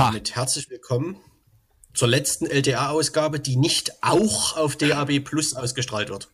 damit herzlich willkommen zur letzten LTA-Ausgabe, die nicht auch auf DAB Plus ausgestrahlt wird.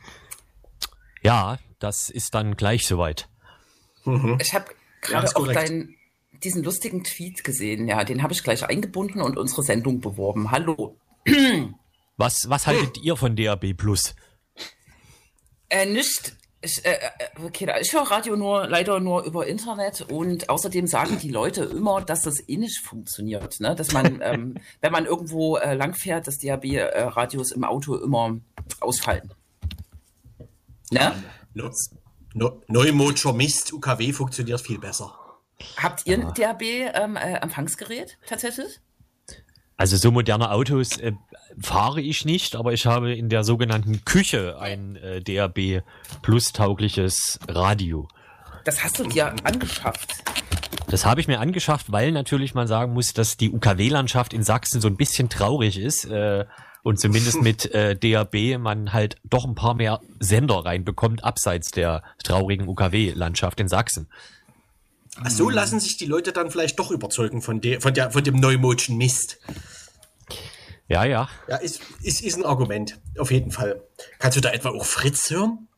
Ja, das ist dann gleich soweit. Ich habe gerade auch diesen lustigen Tweet gesehen. Ja, den habe ich gleich eingebunden und unsere Sendung beworben. Hallo. Was haltet ihr von DAB Plus? Nicht. Ich höre Radio leider nur über Internet und außerdem sagen die Leute immer, dass das nicht funktioniert. Ne? Dass man, wenn man irgendwo langfährt, dass DAB-Radios im Auto immer ausfallen. Ne? Neumodscher Mist, UKW funktioniert viel besser. Habt ihr ein DAB-Empfangsgerät tatsächlich? Also so moderne Autos fahre ich nicht, aber ich habe in der sogenannten Küche ein DAB Plus taugliches Radio. Das hast du dir angeschafft? Das habe ich mir angeschafft, weil natürlich man sagen muss, dass die UKW-Landschaft in Sachsen so ein bisschen traurig ist und zumindest mit DAB man halt doch ein paar mehr Sender reinbekommt, abseits der traurigen UKW-Landschaft in Sachsen. Ach so lassen sich die Leute dann vielleicht doch überzeugen von dem neumodischen Mist. Ja. Ja, ist ein Argument, auf jeden Fall. Kannst du da etwa auch Fritz hören?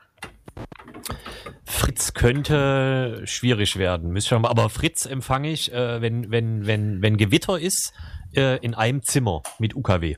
Fritz könnte schwierig werden, müsste mal. Aber Fritz empfange ich, wenn Gewitter ist, in einem Zimmer mit UKW.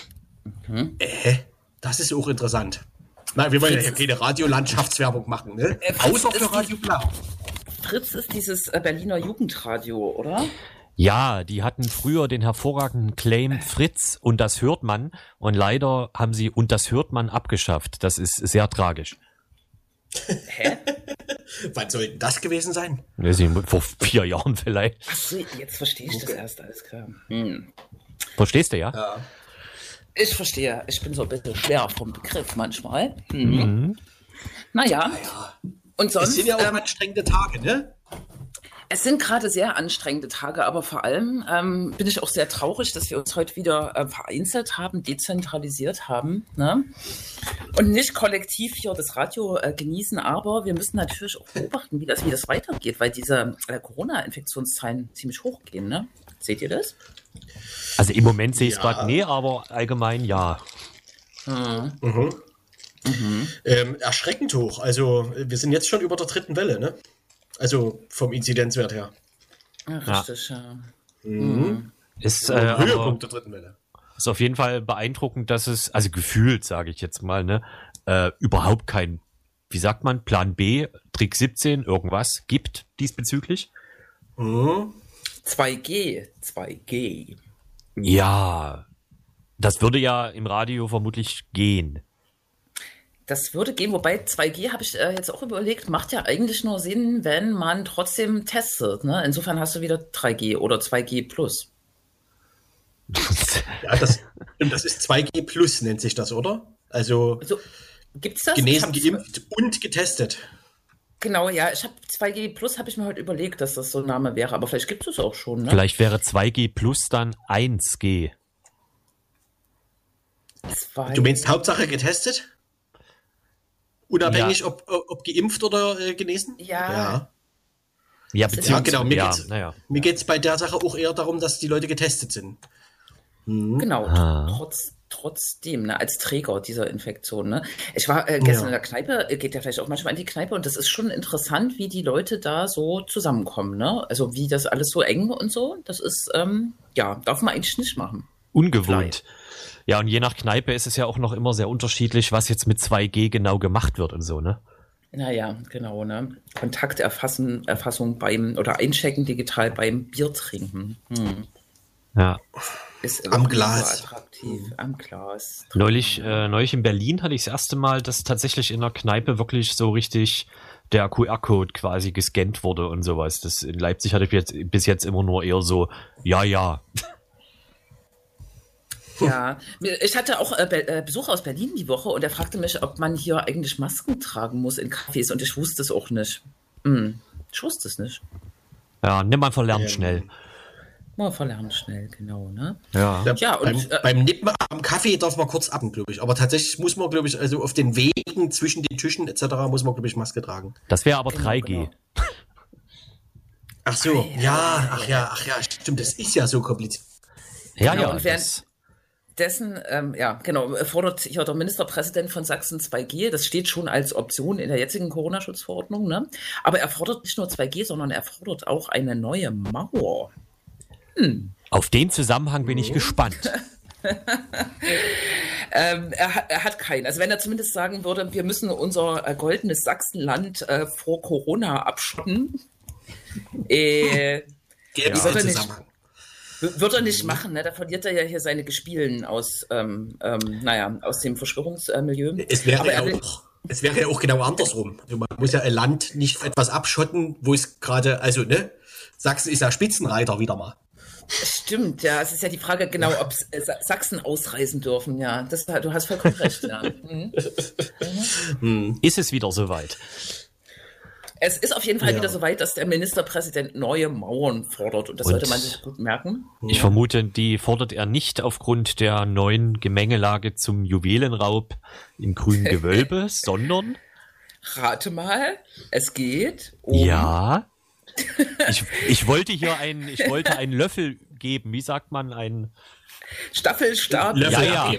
Das ist auch interessant. Na, wir wollen ja keine Radiolandschaftswerbung machen, ne? Außer für Radio Blau. Fritz ist dieses Berliner Jugendradio, oder? Ja, die hatten früher den hervorragenden Claim Fritz und das hört man. Und leider haben sie und das hört man abgeschafft. Das ist sehr tragisch. Hä? Wann soll denn das gewesen sein? Vor 4 Jahren vielleicht. Ach so, jetzt verstehe ich das erst, alles klar. Verstehst du, ja? Ja. Ich verstehe. Ich bin so ein bisschen schwer vom Begriff manchmal. Naja. Und sonst, es sind ja auch anstrengende Tage, ne? Es sind gerade sehr anstrengende Tage, aber vor allem bin ich auch sehr traurig, dass wir uns heute wieder vereinzelt haben, dezentralisiert haben, ne? Und nicht kollektiv hier das Radio genießen, aber wir müssen natürlich auch beobachten, wie das weitergeht, weil diese Corona-Infektionszahlen ziemlich hoch gehen, ne? Seht ihr das? Also im Moment sehe ich es gerade, nee, aber allgemein ja. Erschreckend hoch. Also wir sind jetzt schon über der 3. Welle, ne? Also vom Inzidenzwert her. Ja, richtig, ja. Ist Höhepunkt der 3. Welle. Ist auf jeden Fall beeindruckend, dass es, also gefühlt, sage ich jetzt mal, ne, überhaupt kein, wie sagt man, Plan B, Trick 17, irgendwas gibt diesbezüglich. 2G. Ja, das würde ja im Radio vermutlich gehen. Das würde gehen, wobei 2G habe ich jetzt auch überlegt, macht ja eigentlich nur Sinn, wenn man trotzdem testet. Ne? Insofern hast du wieder 3G oder 2G plus. Ja, das ist 2G plus, nennt sich das, oder? Also gibt's das? Genesen, geimpft und getestet. Genau, ja, ich habe 2G plus, habe ich mir heute überlegt, dass das so ein Name wäre, aber vielleicht gibt es auch schon. Ne? Vielleicht wäre 2G plus dann 1G. Du meinst Hauptsache getestet? Unabhängig, ob geimpft oder genesen? Ja. Ja, genau. Mir Mir geht's bei der Sache auch eher darum, dass die Leute getestet sind. Genau, trotzdem, ne, als Träger dieser Infektion. Ne? Ich war gestern in der Kneipe, geht ja vielleicht auch manchmal in die Kneipe und das ist schon interessant, wie die Leute da so zusammenkommen. Ne? Also wie das alles so eng und so, das ist, darf man eigentlich nicht machen. Ungewohnt. Ja, und je nach Kneipe ist es ja auch noch immer sehr unterschiedlich, was jetzt mit 2G genau gemacht wird und so, ne? Naja, genau, ne? Kontakterfassung oder Einchecken digital beim Bier trinken. Ja. Ist am Glas. So attraktiv. Am Glas. Neulich in Berlin hatte ich das erste Mal, dass tatsächlich in der Kneipe wirklich so richtig der QR-Code quasi gescannt wurde und sowas. Das in Leipzig hatte ich bis jetzt immer nur eher so, ja. Ja, ich hatte auch Besuch aus Berlin die Woche und er fragte mich, ob man hier eigentlich Masken tragen muss in Cafés und ich wusste es auch nicht. Ich wusste es nicht. Ja, nimm mal verlernt schnell. Mal verlernen schnell, genau, ne? Ja. Und beim Nippen am Kaffee darf man kurz atmen, glaube ich. Aber tatsächlich muss man, glaube ich, also auf den Wegen zwischen den Tischen etc. muss man, glaube ich, Maske tragen. Das wäre aber 3G. Genau. Ach so, ach ja, stimmt, das ist ja so kompliziert. Ja, Genau, ja. und währenddessen, fordert hier der Ministerpräsident von Sachsen 2G. Das steht schon als Option in der jetzigen Corona-Schutzverordnung. Ne? Aber er fordert nicht nur 2G, sondern er fordert auch eine neue Mauer. Auf den Zusammenhang bin ich gespannt. Er hat keinen. Also wenn er zumindest sagen würde, wir müssen unser goldenes Sachsenland vor Corona abschotten, Gäbe es den Zusammenhang. Wird er nicht machen, ne? Da verliert er ja hier seine Gespielen aus dem Verschwörungsmilieu. Es wäre ja auch genau andersrum. Also man muss ja ein Land nicht für etwas abschotten, wo es gerade, Sachsen ist ja Spitzenreiter wieder mal. Stimmt, ja. Es ist ja die Frage genau, ob Sachsen ausreisen dürfen. Ja, du hast vollkommen recht. Ja. Ist es wieder soweit? Es ist auf jeden Fall wieder so weit, dass der Ministerpräsident neue Mauern fordert. Und das sollte man sich gut merken. Ich vermute, die fordert er nicht aufgrund der neuen Gemengelage zum Juwelenraub im grünen Gewölbe, sondern... Rate mal, es geht um... Ja, ich wollte hier einen Löffel geben. Wie sagt man? Ein Staffelstab. Löffel ja.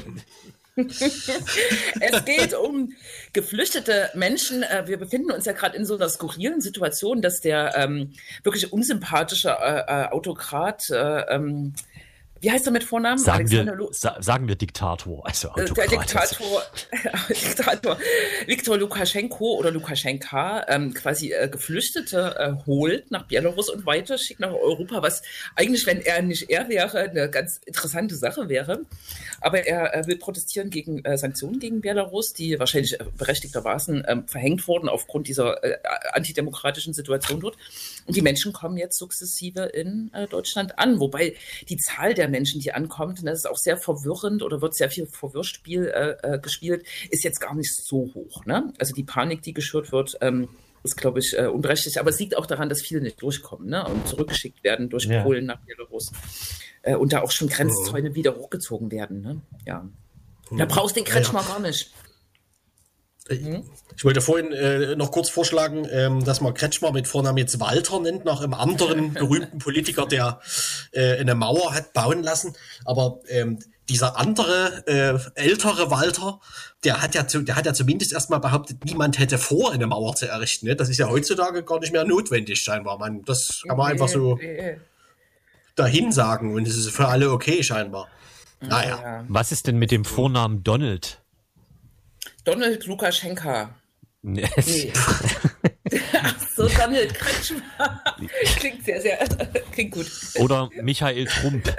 Es geht um geflüchtete Menschen. Wir befinden uns ja gerade in so einer skurrilen Situation, dass der wirklich unsympathische Autokrat, wie heißt er mit Vornamen? Sagen wir Diktator, also Autokrat. Der Diktator Viktor Lukaschenko oder Lukaschenka quasi Geflüchtete holt nach Belarus und weiter schickt nach Europa, was eigentlich, wenn er nicht er wäre, eine ganz interessante Sache wäre. Aber er will protestieren gegen Sanktionen gegen Belarus, die wahrscheinlich berechtigtermaßen verhängt wurden aufgrund dieser antidemokratischen Situation dort. Und die Menschen kommen jetzt sukzessive in Deutschland an, wobei die Zahl der Menschen, die ankommt, und das ist auch sehr verwirrend oder wird sehr viel Verwirrspiel gespielt, ist jetzt gar nicht so hoch. Ne? Also die Panik, die geschürt wird, ist, glaube ich, unberechtigt. Aber es liegt auch daran, dass viele nicht durchkommen, ne? Und zurückgeschickt werden durch Polen nach Belarus. Und da auch schon Grenzzäune wieder hochgezogen werden. Ne? Ja. Da brauchst du den Kretschmer gar nicht. Ich wollte vorhin noch kurz vorschlagen, dass man Kretschmer mit Vornamen jetzt Walter nennt, nach einem anderen berühmten Politiker, der eine Mauer hat bauen lassen. Aber dieser andere, ältere Walter, der hat ja zumindest erstmal behauptet, niemand hätte vor, eine Mauer zu errichten. Ne? Das ist ja heutzutage gar nicht mehr notwendig, scheinbar. Das kann man einfach so dahin sagen und es ist für alle okay, scheinbar. Naja. Was ist denn mit dem Vornamen Donald? Donald Lukaschenka. Nee. Ach so, Donald Kretschmer. Klingt gut. Oder Michael Trump.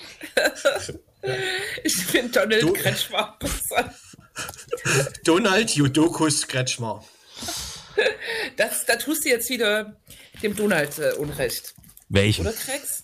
Ich finde Donald Kretschmer besser. Donald Judokus Kretschmer. Da tust du jetzt wieder dem Donald Unrecht. Welchen? Oder Krex?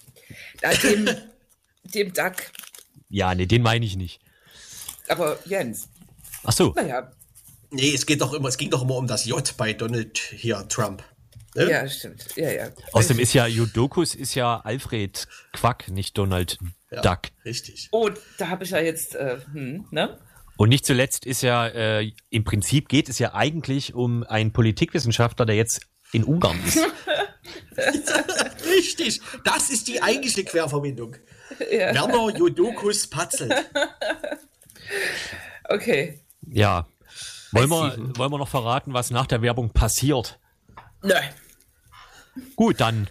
Dem Duck. Ja, nee, den meine ich nicht. Aber Jens. Ach so. Naja. Nee, es ging doch immer um das J bei Donald hier, Trump. Ne? Ja, stimmt. Ja. Außerdem ist ja Judokus Alfred Quack, nicht Donald Duck. Richtig. Oh, da habe ich ja jetzt, ne? Und nicht zuletzt ist ja, im Prinzip geht es ja eigentlich um einen Politikwissenschaftler, der jetzt in Ungarn ist. Richtig, das ist die eigentliche Querverbindung. Ja. Werner Judokus Patzelt. Okay. Ja. Wollen wir noch verraten, was nach der Werbung passiert? Nö. Gut, dann.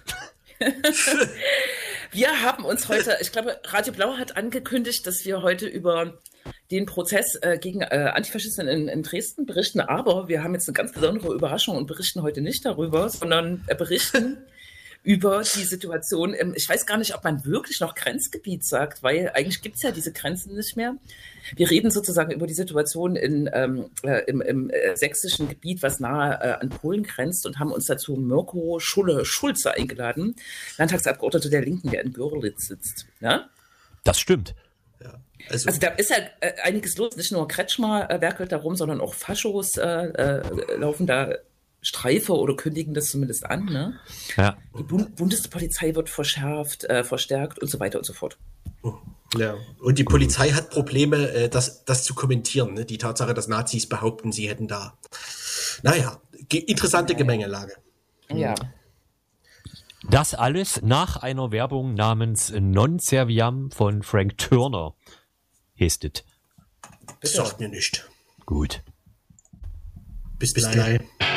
Wir haben uns heute, ich glaube, Radio Blau hat angekündigt, dass wir heute über den Prozess gegen Antifaschisten in Dresden berichten. Aber wir haben jetzt eine ganz besondere Überraschung und berichten heute nicht darüber, sondern berichten über die Situation. Ich weiß gar nicht, ob man wirklich noch Grenzgebiet sagt, weil eigentlich gibt es ja diese Grenzen nicht mehr. Wir reden sozusagen über die Situation im sächsischen Gebiet, was nahe an Polen grenzt, und haben uns dazu Mirko Schulze eingeladen, Landtagsabgeordneter der Linken, der in Görlitz sitzt. Ja? Das stimmt. Ja. Also da ist ja einiges los. Nicht nur Kretschmer werkelt da rum, sondern auch Faschos laufen da Streife oder kündigen das zumindest an. Ne? Ja. Die Bundespolizei wird verstärkt und so weiter und so fort. Ja. Und die Polizei hat Probleme, das zu kommentieren. Ne? Die Tatsache, dass Nazis behaupten, sie hätten da. Naja, interessante Gemengelage. Ja. Das alles nach einer Werbung namens Non Serviam von Frank Turner. Hestet. Das sagt mir nicht. Gut. Bis gleich.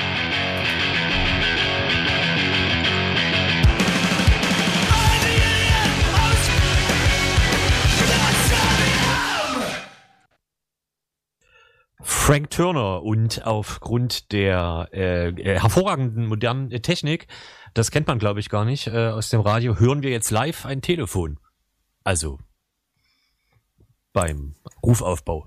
Frank Turner und aufgrund der hervorragenden modernen Technik, das kennt man glaube ich gar nicht aus dem Radio, hören wir jetzt live ein Telefon. Also beim Rufaufbau.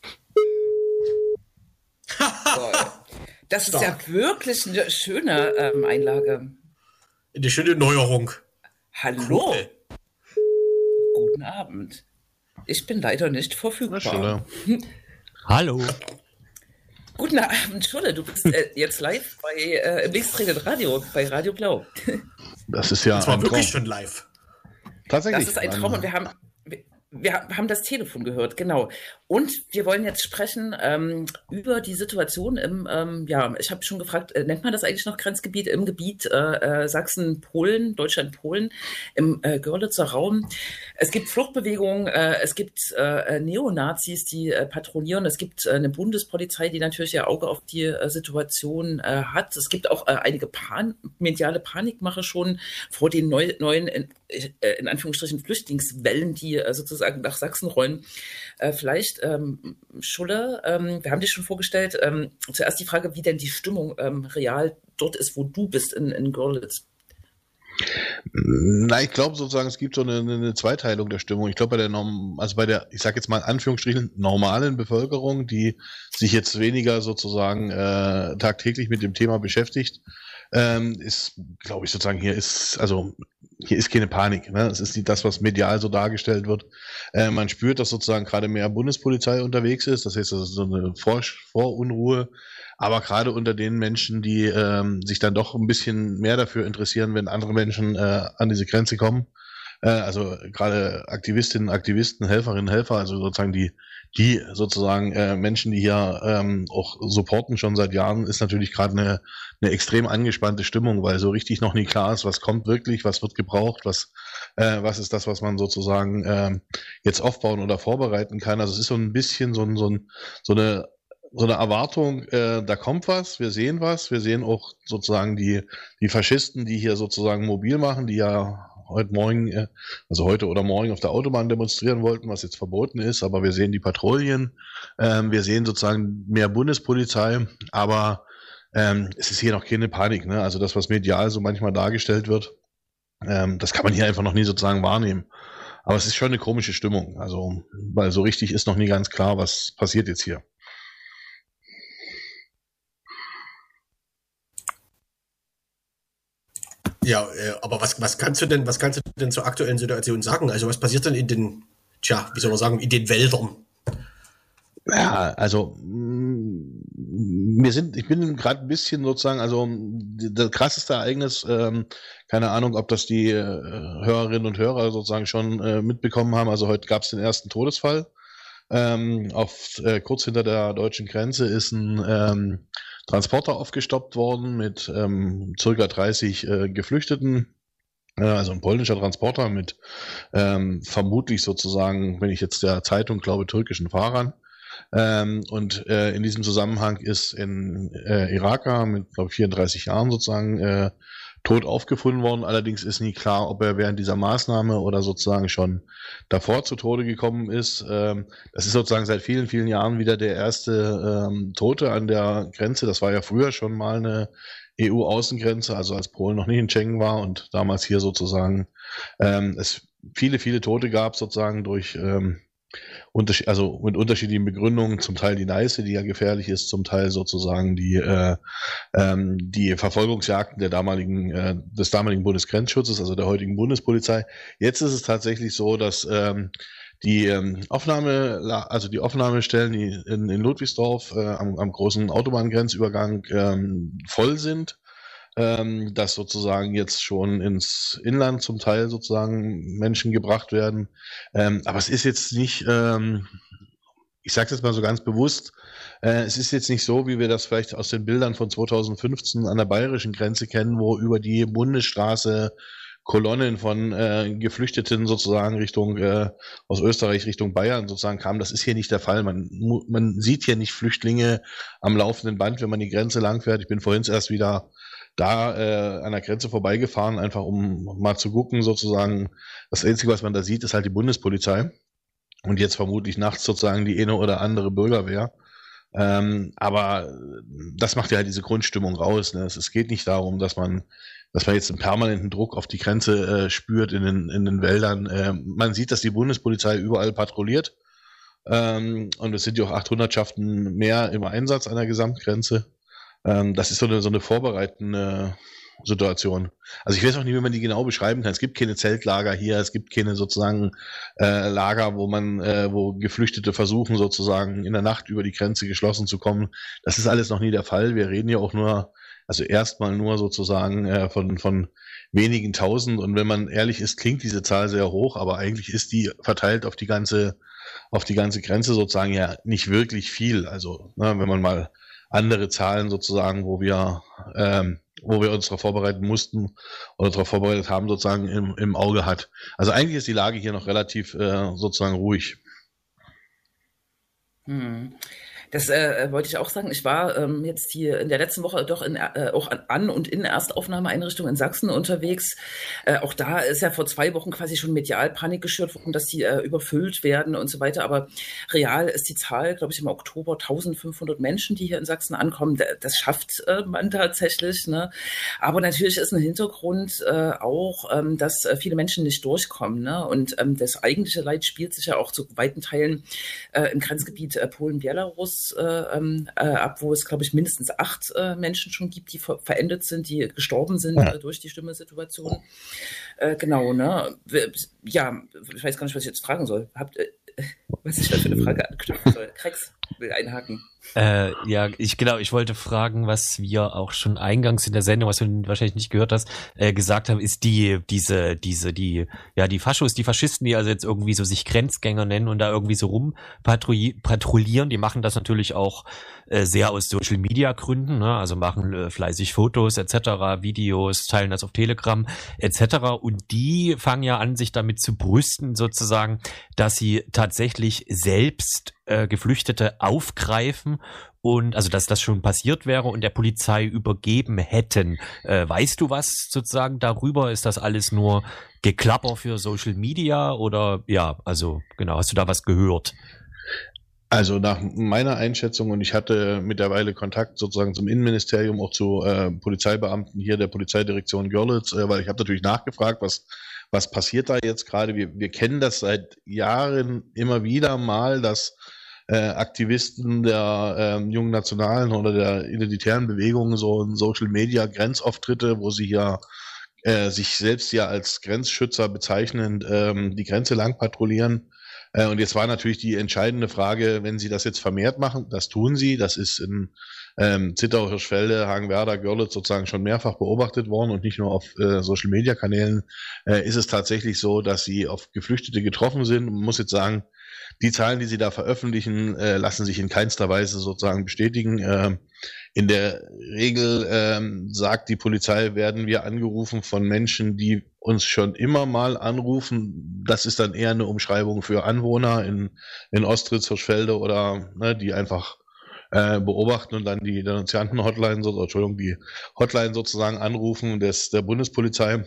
Das ist ja wirklich eine schöne Einlage. Eine schöne Neuerung. Hallo. Cool. Guten Abend. Ich bin leider nicht verfügbar. Hallo. Guten Abend, Schulle. Du bist jetzt live bei im Linksdrehenden Radio, bei Radio Blau. Das ist ja Das war ein wirklich Traum. schon live. Tatsächlich. Das ist ein Traum und wir haben das Telefon gehört, genau. Und wir wollen jetzt sprechen über die Situation im, ich habe schon gefragt, nennt man das eigentlich noch Grenzgebiet, im Gebiet Sachsen-Polen, Deutschland-Polen, im Görlitzer Raum. Es gibt Fluchtbewegungen, es gibt Neonazis, die patrouillieren, es gibt eine Bundespolizei, die natürlich ihr Auge auf die Situation hat. Es gibt auch einige mediale Panikmache schon vor den neuen in Anführungsstrichen Flüchtlingswellen, die sozusagen nach Sachsen rollen. Vielleicht, Schulle, wir haben dich schon vorgestellt, zuerst die Frage, wie denn die Stimmung real dort ist, wo du bist in Görlitz. Na, ich glaube sozusagen, es gibt so eine Zweiteilung der Stimmung. Ich glaube, bei der, ich sage jetzt mal in Anführungsstrichen, normalen Bevölkerung, die sich jetzt weniger sozusagen tagtäglich mit dem Thema beschäftigt, ist, glaube ich, sozusagen, hier ist keine Panik. Ne? Es ist nicht das, was medial so dargestellt wird. Man spürt, dass sozusagen gerade mehr Bundespolizei unterwegs ist. Das heißt, das ist so eine Vorunruhe. Aber gerade unter den Menschen, die sich dann doch ein bisschen mehr dafür interessieren, wenn andere Menschen an diese Grenze kommen. Also gerade Aktivistinnen, Aktivisten, Helferinnen, Helfer, also sozusagen die sozusagen Menschen, die hier auch supporten schon seit Jahren, ist natürlich gerade eine extrem angespannte Stimmung, weil so richtig noch nie klar ist, was kommt wirklich, was wird gebraucht, was ist das, was man sozusagen jetzt aufbauen oder vorbereiten kann. Also es ist so ein bisschen so eine Erwartung, da kommt was, wir sehen auch sozusagen die Faschisten, die hier sozusagen mobil machen, die ja heute oder morgen auf der Autobahn demonstrieren wollten, was jetzt verboten ist, aber wir sehen die Patrouillen, wir sehen sozusagen mehr Bundespolizei, aber es ist hier noch keine Panik, ne? Also das, was medial so manchmal dargestellt wird, das kann man hier einfach noch nie sozusagen wahrnehmen. Aber es ist schon eine komische Stimmung, also weil so richtig ist noch nie ganz klar, was passiert jetzt hier. Ja, aber was kannst du denn zur aktuellen Situation sagen? Also was passiert denn in den Wäldern? Ja, also ich bin gerade ein bisschen sozusagen, also das krasseste Ereignis, keine Ahnung, ob das die Hörerinnen und Hörer sozusagen schon mitbekommen haben. Also heute gab es den ersten Todesfall. Kurz hinter der deutschen Grenze ist ein Transporter aufgestoppt worden mit circa 30 Geflüchteten, also ein polnischer Transporter mit vermutlich sozusagen, wenn ich jetzt der Zeitung glaube, türkischen Fahrern. In diesem Zusammenhang ist ein Iraker mit, glaube ich, 34 Jahren sozusagen tot aufgefunden worden. Allerdings ist nie klar, ob er während dieser Maßnahme oder sozusagen schon davor zu Tode gekommen ist. Das ist sozusagen seit vielen, vielen Jahren wieder der erste Tote an der Grenze. Das war ja früher schon mal eine EU-Außengrenze, also als Polen noch nicht in Schengen war und damals hier sozusagen es viele, viele Tote gab sozusagen durch mit unterschiedlichen Begründungen, zum Teil die Neiße, die ja gefährlich ist, zum Teil sozusagen die Verfolgungsjagden des damaligen Bundesgrenzschutzes, also der heutigen Bundespolizei. Jetzt ist es tatsächlich so, dass die Aufnahmestellen, die in Ludwigsdorf am großen Autobahngrenzübergang voll sind, dass sozusagen jetzt schon ins Inland zum Teil sozusagen Menschen gebracht werden. Aber es ist jetzt nicht ich sage das mal so ganz bewusst, es ist jetzt nicht so, wie wir das vielleicht aus den Bildern von 2015 an der bayerischen Grenze kennen, wo über die Bundesstraße Kolonnen von Geflüchteten sozusagen aus Österreich Richtung Bayern sozusagen kamen. Das ist hier nicht der Fall. Man sieht hier nicht Flüchtlinge am laufenden Band, wenn man die Grenze langfährt. Ich bin vorhin erst wieder da an der Grenze vorbeigefahren, einfach um mal zu gucken sozusagen. Das Einzige, was man da sieht, ist halt die Bundespolizei und jetzt vermutlich nachts sozusagen die eine oder andere Bürgerwehr. Aber das macht ja halt diese Grundstimmung raus. Ne? Es geht nicht darum, dass man jetzt einen permanenten Druck auf die Grenze spürt in den Wäldern. Man sieht, dass die Bundespolizei überall patrouilliert. Und es sind ja auch 800schaften mehr im Einsatz an der Gesamtgrenze. Das ist so eine vorbereitende Situation. Also ich weiß auch nicht, wie man die genau beschreiben kann. Es gibt keine Zeltlager hier, es gibt keine sozusagen Lager, wo Geflüchtete versuchen sozusagen in der Nacht über die Grenze geschlossen zu kommen. Das ist alles noch nie der Fall. Wir reden ja auch erstmal nur sozusagen von wenigen Tausend. Und wenn man ehrlich ist, klingt diese Zahl sehr hoch, aber eigentlich ist die verteilt auf die ganze Grenze sozusagen ja nicht wirklich viel. Also wenn man mal andere Zahlen sozusagen, wo wir uns darauf vorbereiten mussten oder darauf vorbereitet haben, sozusagen im Auge hat. Also eigentlich ist die Lage hier noch relativ sozusagen ruhig. Das wollte ich auch sagen. Ich war jetzt hier in der letzten Woche doch auch an und in Erstaufnahmeeinrichtungen in Sachsen unterwegs. Auch da ist ja vor 2 Wochen quasi schon medial Panik geschürt worden, dass die überfüllt werden und so weiter. Aber real ist die Zahl, glaube ich, im Oktober 1500 Menschen, die hier in Sachsen ankommen. Das schafft man tatsächlich. Ne? Aber natürlich ist ein Hintergrund auch, dass viele Menschen nicht durchkommen. Ne? Und das eigentliche Leid spielt sich ja auch zu weiten Teilen im Grenzgebiet Polen-Belarus ab, wo es, glaube ich, mindestens 8 Menschen schon gibt, die verendet sind, die gestorben sind durch die schlimme Situation. Genau, ne? Ja, ich weiß gar nicht, was ich jetzt fragen soll. Was ich da für eine Frage anknüpfen soll. Krex will einhaken. Ich wollte fragen, was wir auch schon eingangs in der Sendung, was du wahrscheinlich nicht gehört hast, gesagt haben, ist die Faschos, die Faschisten, die also jetzt irgendwie so sich Grenzgänger nennen und da irgendwie so patrouillieren, die machen das natürlich auch sehr aus Social Media Gründen, ne? Also machen fleißig Fotos etc., Videos, teilen das auf Telegram etc. und die fangen ja an, sich damit zu brüsten sozusagen, dass sie tatsächlich selbst Geflüchtete aufgreifen und also dass das schon passiert wäre und der Polizei übergeben hätten. Weißt du was sozusagen darüber? Ist das alles nur Geklapper für Social Media oder hast du da was gehört? Also nach meiner Einschätzung, und ich hatte mittlerweile Kontakt sozusagen zum Innenministerium, auch zu Polizeibeamten hier der Polizeidirektion Görlitz, weil ich habe natürlich nachgefragt, was passiert da jetzt gerade. Wir kennen das seit Jahren immer wieder mal, dass Aktivisten der jungen Nationalen oder der identitären Bewegungen so in Social-Media-Grenzauftritte, wo sie ja sich selbst ja als Grenzschützer bezeichnend die Grenze lang patrouillieren. Und jetzt war natürlich die entscheidende Frage, wenn sie das jetzt vermehrt machen, das tun sie, das ist in Zittau, Hirschfelde, Hagenwerder, Görlitz sozusagen schon mehrfach beobachtet worden und nicht nur auf Social-Media-Kanälen, ist es tatsächlich so, dass sie auf Geflüchtete getroffen sind. Man muss jetzt sagen, die Zahlen, die sie da veröffentlichen, lassen sich in keinster Weise sozusagen bestätigen. In der Regel sagt die Polizei, werden wir angerufen von Menschen, die uns schon immer mal anrufen. Das ist dann eher eine Umschreibung für Anwohner in Ostritz, Hirschfelde oder die einfach beobachten und dann die Denunzianten-Hotline, die Hotline sozusagen anrufen der Bundespolizei.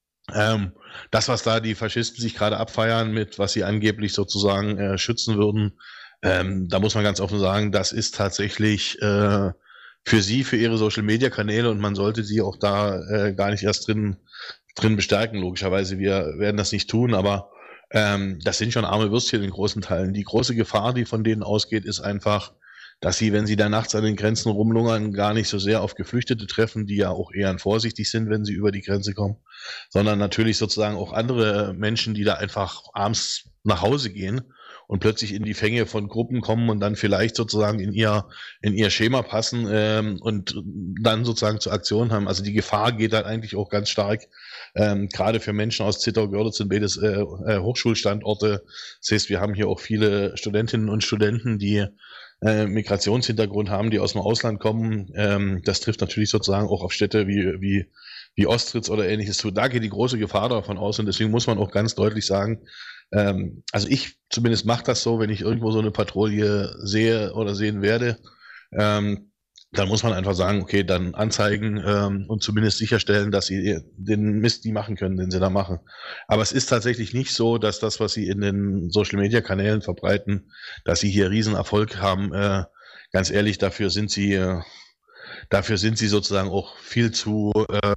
Das, was da die Faschisten sich gerade abfeiern mit, was sie angeblich sozusagen schützen würden, da muss man ganz offen sagen, das ist tatsächlich für sie, für ihre Social-Media-Kanäle und man sollte sie auch da gar nicht erst drin bestärken, logischerweise. Wir werden das nicht tun, aber das sind schon arme Würstchen in großen Teilen. Die große Gefahr, die von denen ausgeht, ist einfach, dass sie, wenn sie da nachts an den Grenzen rumlungern, gar nicht so sehr auf Geflüchtete treffen, die ja auch eher vorsichtig sind, wenn sie über die Grenze kommen, sondern natürlich sozusagen auch andere Menschen, die da einfach abends nach Hause gehen und plötzlich in die Fänge von Gruppen kommen und dann vielleicht sozusagen in ihr Schema passen und dann sozusagen zur Aktion haben. Also die Gefahr geht dann eigentlich auch ganz stark, gerade für Menschen aus Zittau-Görlitz sind beides Hochschulstandorte. Das heißt, wir haben hier auch viele Studentinnen und Studenten, die Migrationshintergrund haben, die aus dem Ausland kommen. Das trifft natürlich sozusagen auch auf Städte wie Ostritz oder ähnliches zu. Da geht die große Gefahr davon aus und deswegen muss man auch ganz deutlich sagen, also ich zumindest mache das so, wenn ich irgendwo so eine Patrouille sehe oder sehen werde, dann muss man einfach sagen, okay, dann anzeigen und zumindest sicherstellen, dass sie den Mist nie machen können, den sie da machen. Aber es ist tatsächlich nicht so, dass das, was sie in den Social-Media-Kanälen verbreiten, dass sie hier Riesenerfolg haben. Ganz ehrlich, dafür sind sie sozusagen auch viel zu,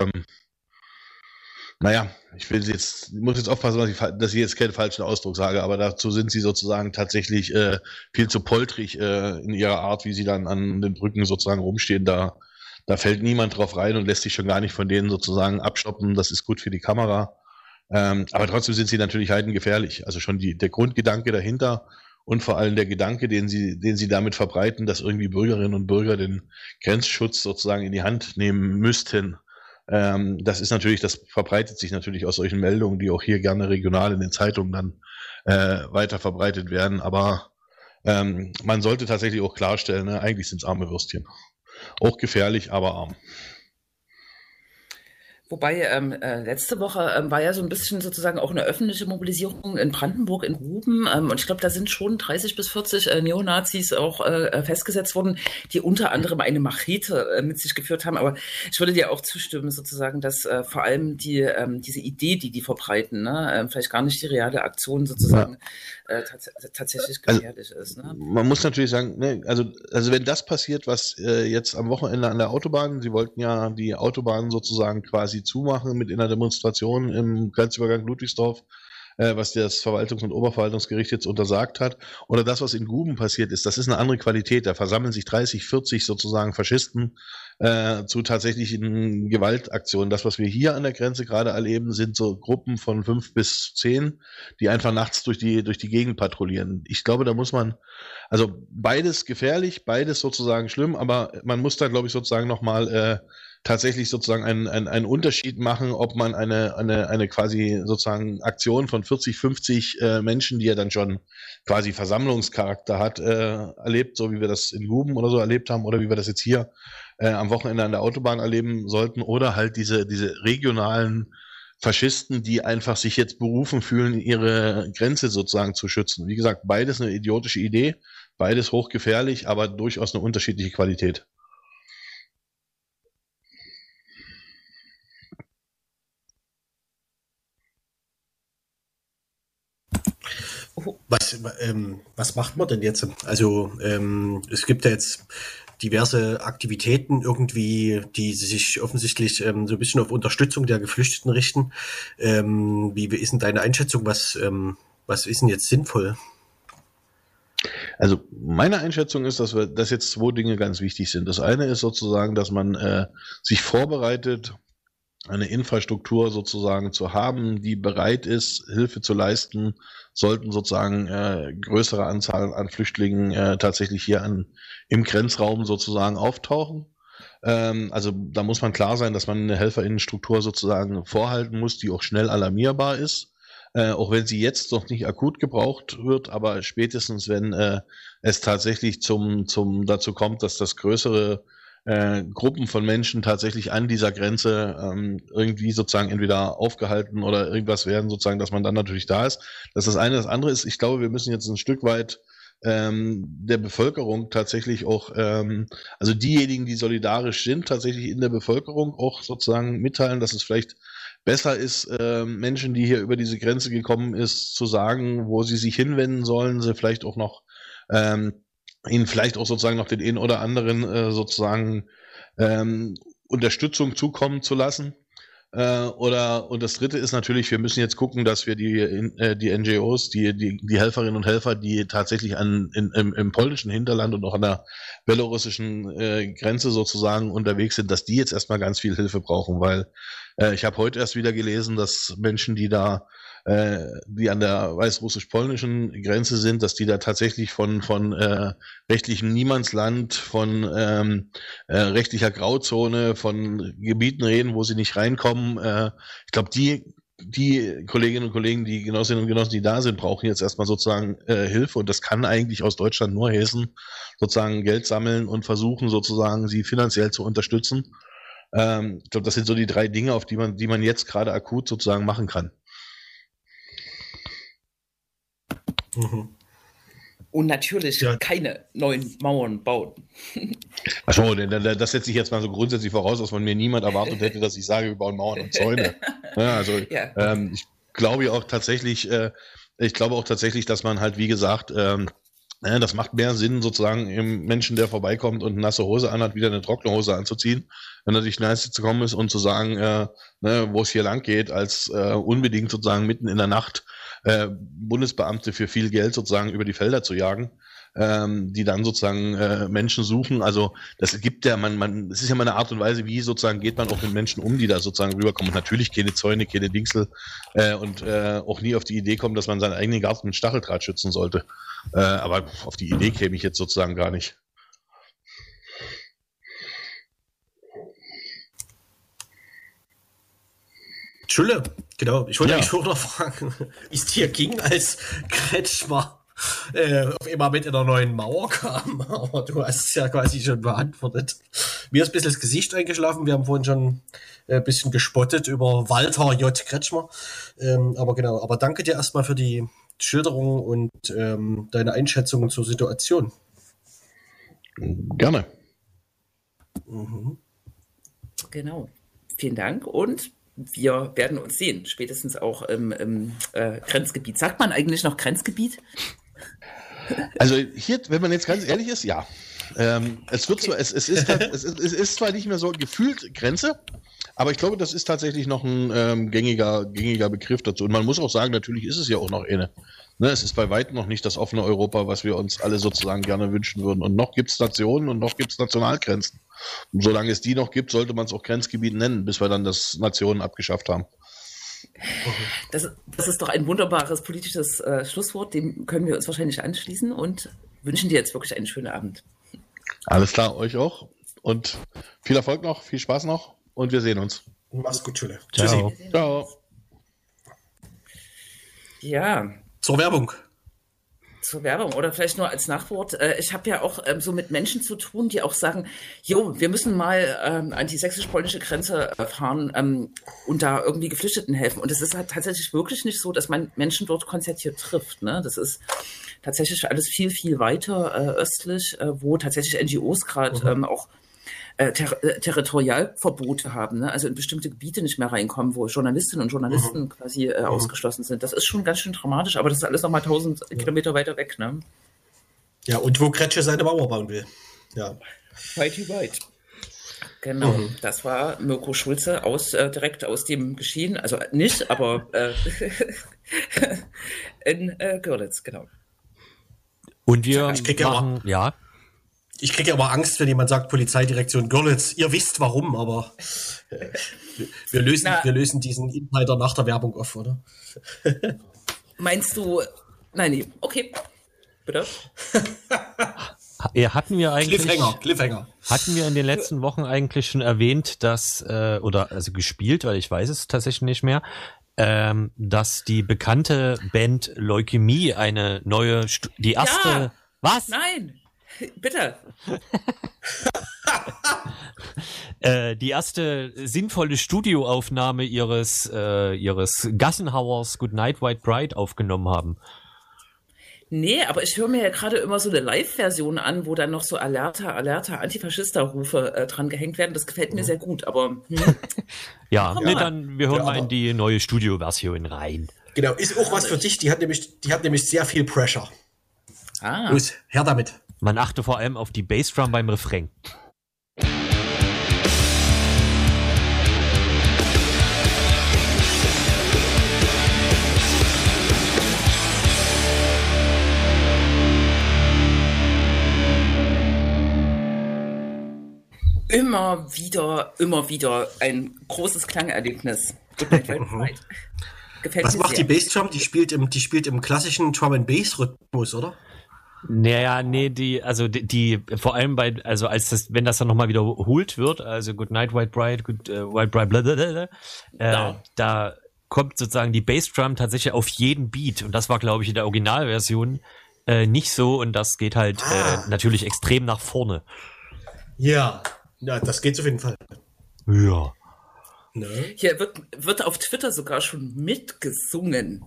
ich muss jetzt aufpassen, dass ich jetzt keinen falschen Ausdruck sage, aber dazu sind sie sozusagen tatsächlich viel zu poltrig in ihrer Art, wie sie dann an den Brücken sozusagen rumstehen. Da fällt niemand drauf rein und lässt sich schon gar nicht von denen sozusagen abstoppen. Das ist gut für die Kamera. Aber trotzdem sind sie natürlich heidengefährlich. Also schon der Grundgedanke dahinter und vor allem der Gedanke, den sie damit verbreiten, dass irgendwie Bürgerinnen und Bürger den Grenzschutz sozusagen in die Hand nehmen müssten. Das verbreitet sich natürlich aus solchen Meldungen, die auch hier gerne regional in den Zeitungen dann weiter verbreitet werden. Aber man sollte tatsächlich auch klarstellen, ne, eigentlich sind es arme Würstchen. Auch gefährlich, aber arm. Wobei letzte Woche war ja so ein bisschen sozusagen auch eine öffentliche Mobilisierung in Brandenburg, in Ruben. Und ich glaube, da sind schon 30 bis 40 Neonazis auch festgesetzt worden, die unter anderem eine Machete mit sich geführt haben. Aber ich würde dir auch zustimmen, sozusagen, dass vor allem diese Idee, die verbreiten, ne, vielleicht gar nicht die reale Aktion sozusagen tatsächlich gefährlich ist. Ne? Man muss natürlich sagen, ne, also wenn das passiert, was jetzt am Wochenende an der Autobahn, sie wollten ja die Autobahn sozusagen quasi zumachen mit einer Demonstration im Grenzübergang Ludwigsdorf, was das Verwaltungs- und Oberverwaltungsgericht jetzt untersagt hat, oder das, was in Guben passiert ist, das ist eine andere Qualität. Da versammeln sich 30, 40 sozusagen Faschisten zu tatsächlichen Gewaltaktionen. Das, was wir hier an der Grenze gerade erleben, sind so Gruppen von 5 bis 10, die einfach nachts durch die Gegend patrouillieren. Ich glaube, da muss man, also beides gefährlich, beides sozusagen schlimm, aber man muss da, glaube ich, sozusagen nochmal tatsächlich sozusagen einen Unterschied machen, ob man eine quasi sozusagen Aktion von 40, 50 Menschen, die ja dann schon quasi Versammlungscharakter hat, erlebt, so wie wir das in Guben oder so erlebt haben oder wie wir das jetzt hier am Wochenende an der Autobahn erleben sollten, oder halt diese regionalen Faschisten, die einfach sich jetzt berufen fühlen, ihre Grenze sozusagen zu schützen. Wie gesagt, beides eine idiotische Idee, beides hochgefährlich, aber durchaus eine unterschiedliche Qualität. Was macht man denn jetzt? Also es gibt ja jetzt diverse Aktivitäten irgendwie, die sich offensichtlich so ein bisschen auf Unterstützung der Geflüchteten richten. Wie ist denn deine Einschätzung? Was ist denn jetzt sinnvoll? Also meine Einschätzung ist, dass jetzt 2 Dinge ganz wichtig sind. Das eine ist sozusagen, dass man sich vorbereitet, eine Infrastruktur sozusagen zu haben, die bereit ist, Hilfe zu leisten, sollten sozusagen größere Anzahl an Flüchtlingen tatsächlich hier im Grenzraum sozusagen auftauchen. Also da muss man klar sein, dass man eine Helferinnenstruktur sozusagen vorhalten muss, die auch schnell alarmierbar ist. Auch wenn sie jetzt noch nicht akut gebraucht wird, aber spätestens, wenn es tatsächlich dazu kommt, dass das größere Gruppen von Menschen tatsächlich an dieser Grenze irgendwie sozusagen entweder aufgehalten oder irgendwas werden, sozusagen, dass man dann natürlich da ist. Das ist das eine. Das andere ist, ich glaube, wir müssen jetzt ein Stück weit der Bevölkerung tatsächlich auch, also diejenigen, die solidarisch sind, tatsächlich in der Bevölkerung auch sozusagen mitteilen, dass es vielleicht besser ist, Menschen, die hier über diese Grenze gekommen ist, zu sagen, wo sie sich hinwenden sollen, sie vielleicht auch noch ihnen vielleicht auch sozusagen noch den einen oder anderen sozusagen Unterstützung zukommen zu lassen. Und das Dritte ist natürlich, wir müssen jetzt gucken, dass wir die NGOs, die Helferinnen und Helfer, die tatsächlich im polnischen Hinterland und auch an der belarussischen Grenze sozusagen unterwegs sind, dass die jetzt erstmal ganz viel Hilfe brauchen, weil ich habe heute erst wieder gelesen, dass Menschen, die da die an der weißrussisch-polnischen Grenze sind, dass die da tatsächlich von rechtlichem Niemandsland, von rechtlicher Grauzone, von Gebieten reden, wo sie nicht reinkommen. Ich glaube, die Kolleginnen und Kollegen, die Genossinnen und Genossen, die da sind, brauchen jetzt erstmal sozusagen Hilfe, und das kann eigentlich aus Deutschland nur Hessen sozusagen Geld sammeln und versuchen sozusagen sie finanziell zu unterstützen. Ich glaube, das sind so die 3 Dinge, auf die man jetzt gerade akut sozusagen machen kann. Mhm. Und natürlich keine neuen Mauern bauen. Achso, das setze ich jetzt mal so grundsätzlich voraus, dass man mir niemand erwartet hätte, dass ich sage, wir bauen Mauern und Zäune. Ja, also ich glaube auch tatsächlich, dass man halt, wie gesagt, das macht mehr Sinn, sozusagen im Menschen, der vorbeikommt und eine nasse Hose anhat, wieder eine trockene Hose anzuziehen, wenn er sich nice zu kommen ist, und zu sagen, wo es hier lang geht, als unbedingt sozusagen mitten in der Nacht Bundesbeamte für viel Geld sozusagen über die Felder zu jagen, die dann sozusagen Menschen suchen. Also das gibt ja, es ist ja mal eine Art und Weise, wie sozusagen geht man auch mit Menschen um, die da sozusagen rüberkommen. Und natürlich keine Zäune, keine Dingsel und auch nie auf die Idee kommen, dass man seinen eigenen Garten mit Stacheldraht schützen sollte. Aber auf die Idee käme ich jetzt sozusagen gar nicht. Schülle, genau. Ich wollte eigentlich schon noch fragen, ist dir ging, als Kretschmer auf einmal mit einer neuen Mauer kam? Aber du hast es ja quasi schon beantwortet. Mir ist ein bisschen das Gesicht eingeschlafen. Wir haben vorhin schon ein bisschen gespottet über Walter J. Kretschmer. Aber genau, aber danke dir erstmal für die Schilderung und deine Einschätzungen zur Situation. Gerne. Mhm. Genau. Vielen Dank, und wir werden uns sehen, spätestens auch im Grenzgebiet. Sagt man eigentlich noch Grenzgebiet? Also hier, wenn man jetzt ganz ehrlich ist, ja. Es wird zwar, es ist zwar nicht mehr so gefühlt Grenze, aber ich glaube, das ist tatsächlich noch ein gängiger Begriff dazu. Und man muss auch sagen, natürlich ist es ja auch noch eine. Ne, es ist bei weitem noch nicht das offene Europa, was wir uns alle sozusagen gerne wünschen würden. Und noch gibt es Nationen und noch gibt es Nationalgrenzen. Und solange es die noch gibt, sollte man es auch Grenzgebiet nennen, bis wir dann das Nationen abgeschafft haben. Das ist doch ein wunderbares politisches Schlusswort, dem können wir uns wahrscheinlich anschließen, und wünschen dir jetzt wirklich einen schönen Abend. Alles klar, euch auch. Und viel Erfolg noch, viel Spaß noch, und wir sehen uns. Mach's gut, Schülle. Ciao. Tschüssi. Ciao. Ja. Zur Werbung. Zur Werbung oder vielleicht nur als Nachwort. Ich habe ja auch so mit Menschen zu tun, die auch sagen, jo, wir müssen mal an die sächsisch-polnische Grenze fahren und da irgendwie Geflüchteten helfen. Und es ist halt tatsächlich wirklich nicht so, dass man Menschen dort konzertiert trifft. Ne? Das ist tatsächlich alles viel, viel weiter östlich, wo tatsächlich NGOs gerade auch Territorialverbote haben, ne? Also in bestimmte Gebiete nicht mehr reinkommen, wo Journalistinnen und Journalisten quasi ausgeschlossen sind. Das ist schon ganz schön dramatisch, aber das ist alles nochmal 1000 Kilometer weiter weg. Ne? Ja, und wo Kretsche seine Mauer bauen will. Ja. Weit. Genau, das war Mirko Schulze direkt aus dem Geschehen, also nicht, aber in Görlitz, genau. Und wir Ich kriege aber Angst, wenn jemand sagt, Polizeidirektion Görlitz. Ihr wisst warum, aber wir lösen diesen Insider nach der Werbung auf, oder? Meinst du? Nein, nee. Okay. Bitte. Hatten wir Cliffhanger. Hatten wir in den letzten Wochen eigentlich schon erwähnt, dass, gespielt, weil ich weiß es tatsächlich nicht mehr, dass die bekannte Band Leukämie eine neue, die erste, ja, was? Nein! Bitte. Die erste sinnvolle Studioaufnahme ihres Gassenhauers Goodnight White Bride aufgenommen haben. Nee, aber ich höre mir ja gerade immer so eine Live-Version an, wo dann noch so Alerta, Antifaschista-Rufe dran gehängt werden. Das gefällt mir sehr gut, aber... Ja, wir hören mal in die neue Studio-Version rein. Genau, ist auch was für dich. Die hat nämlich sehr viel Pressure. Ah. Los, her damit. Man achte vor allem auf die Bassdrum beim Refrain. Immer wieder ein großes Klangerlebnis. Goodnight White Bride. Gefällt Was mir macht sehr. die Bassdrum? Die spielt im klassischen Drum-and-Bass-Rhythmus, oder? Naja, nee, die vor allem wenn das dann nochmal wiederholt wird, also Good Night, White Bride, White Bride, blablabla, da kommt sozusagen die Bassdrum tatsächlich auf jeden Beat und das war, glaube ich, in der Originalversion nicht so und das geht halt natürlich extrem nach vorne. Ja, das geht auf jeden Fall. Ja. Ne? Hier wird auf Twitter sogar schon mitgesungen.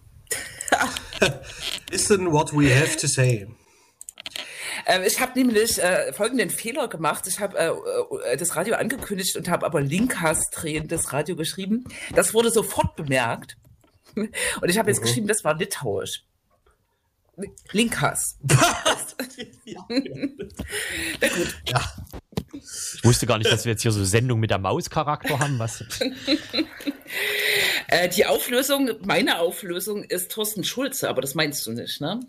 Listen what we have to say. Ich habe nämlich folgenden Fehler gemacht. Ich habe das Radio angekündigt und habe aber Linkas-Tränen das Radio geschrieben. Das wurde sofort bemerkt. Und ich habe jetzt geschrieben, das war litauisch. Linkas. Ja. Na gut. Ja. Ich wusste gar nicht, dass wir jetzt hier so Sendung mit der Maus-Charakter haben. Was? Die Auflösung, meine Auflösung ist Thorsten Schulze, aber das meinst du nicht, ne?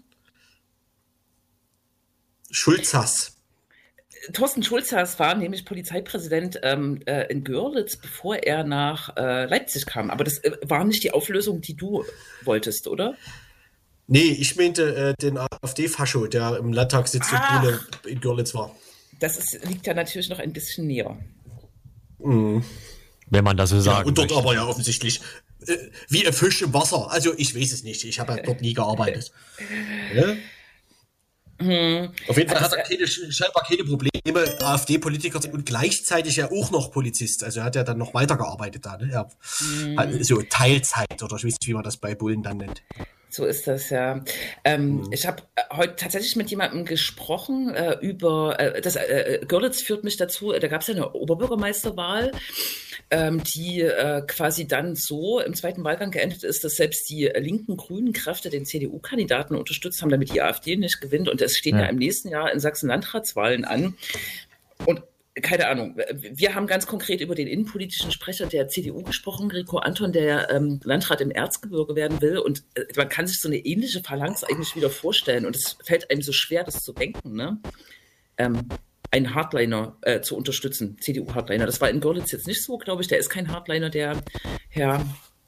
Schulzers. Thorsten Schulzers war nämlich Polizeipräsident in Görlitz, bevor er nach Leipzig kam. Aber das war nicht die Auflösung, die du wolltest, oder? Nee, ich meinte den AfD-Fascho, der im Landtagssitz in Görlitz war. Liegt ja natürlich noch ein bisschen näher. Mhm. Wenn man das so Ja, sagen und dort möchte. aber ja offensichtlich wie ein Fisch im Wasser. Also ich weiß es nicht. Ich habe ja dort nie gearbeitet. Ja? Auf jeden Fall hat er scheinbar keine Probleme, AfD-Politiker und gleichzeitig ja auch noch Polizist. Also er hat ja dann noch weitergearbeitet da. Ne? Hat so Teilzeit oder ich weiß nicht, wie man das bei Bullen dann nennt. So ist das, ja. Ich habe heute tatsächlich mit jemandem gesprochen über, Görlitz führt mich dazu, da gab es ja eine Oberbürgermeisterwahl, die quasi dann so im zweiten Wahlgang geendet ist, dass selbst die linken grünen Kräfte den CDU-Kandidaten unterstützt haben, damit die AfD nicht gewinnt. Und es stehen ja im nächsten Jahr in Sachsen Landratswahlen an. Und keine Ahnung, wir haben ganz konkret über den innenpolitischen Sprecher der CDU gesprochen, Rico Anton, der Landrat im Erzgebirge werden will. Und man kann sich so eine ähnliche Phalanx eigentlich wieder vorstellen. Und es fällt einem so schwer, das zu denken, ne? Einen Hardliner zu unterstützen, CDU-Hardliner. Das war in Görlitz jetzt nicht so, glaube ich. Der ist kein Hardliner, der Herr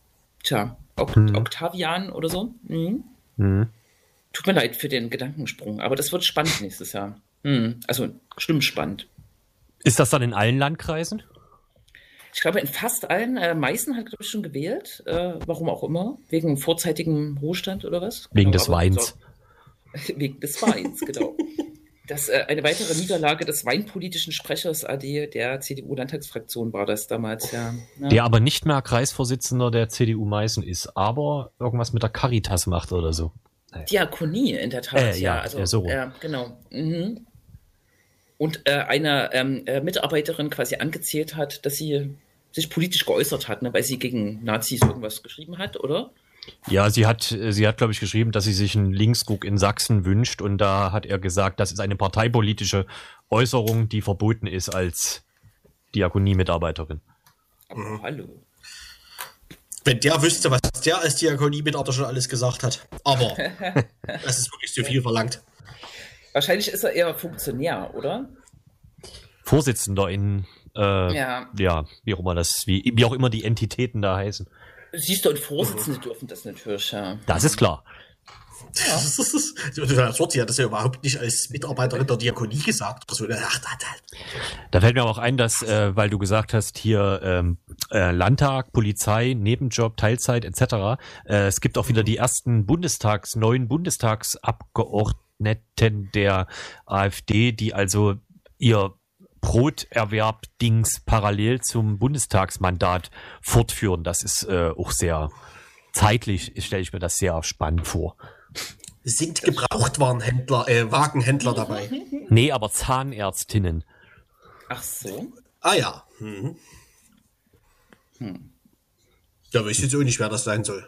Octavian oder so. Tut mir leid für den Gedankensprung, aber das wird spannend nächstes Jahr. Also stimmspannend. Ist das dann in allen Landkreisen? Ich glaube, in fast allen. Meißen hat, glaube ich, schon gewählt. Warum auch immer. Wegen vorzeitigem Ruhestand oder was? Wegen des Weins. Wegen des Weins, genau. Das eine weitere Niederlage des weinpolitischen Sprechers AD der CDU-Landtagsfraktion war das damals, ja. Der aber nicht mehr Kreisvorsitzender der CDU Meißen ist, aber irgendwas mit der Caritas macht oder so. Diakonie, in der Tat, ja. Also, so. Genau. Und einer Mitarbeiterin quasi angezählt hat, dass sie sich politisch geäußert hat, ne, weil sie gegen Nazis irgendwas geschrieben hat, oder? Ja, sie hat, glaube ich, geschrieben, dass sie sich einen Linksruck in Sachsen wünscht und da hat er gesagt, das ist eine parteipolitische Äußerung, die verboten ist als Diakonie-Mitarbeiterin. Aber hallo. Wenn der wüsste, was der als Diakonie-Mitarbeiter schon alles gesagt hat. Aber das ist wirklich zu viel verlangt. Wahrscheinlich ist er eher Funktionär, oder? Vorsitzender in, wie auch immer die Entitäten da heißen. Siehst du, und Vorsitzende dürfen das natürlich, ja. Das ist klar. Ja. Sie hat das ja überhaupt nicht als Mitarbeiterin der Diakonie gesagt. Also, Da fällt mir aber auch ein, dass, weil du gesagt hast, hier Landtag, Polizei, Nebenjob, Teilzeit etc. Es gibt auch wieder die ersten neuen Bundestagsabgeordneten der AfD, die also ihr Broterwerb-Dings parallel zum Bundestagsmandat fortführen. Das ist auch sehr zeitlich, stelle ich mir das sehr spannend vor. Sind Wagenhändler dabei? Nee, aber Zahnärztinnen. Ach so. Ah ja. Ja, weiß jetzt auch nicht, wer das sein soll.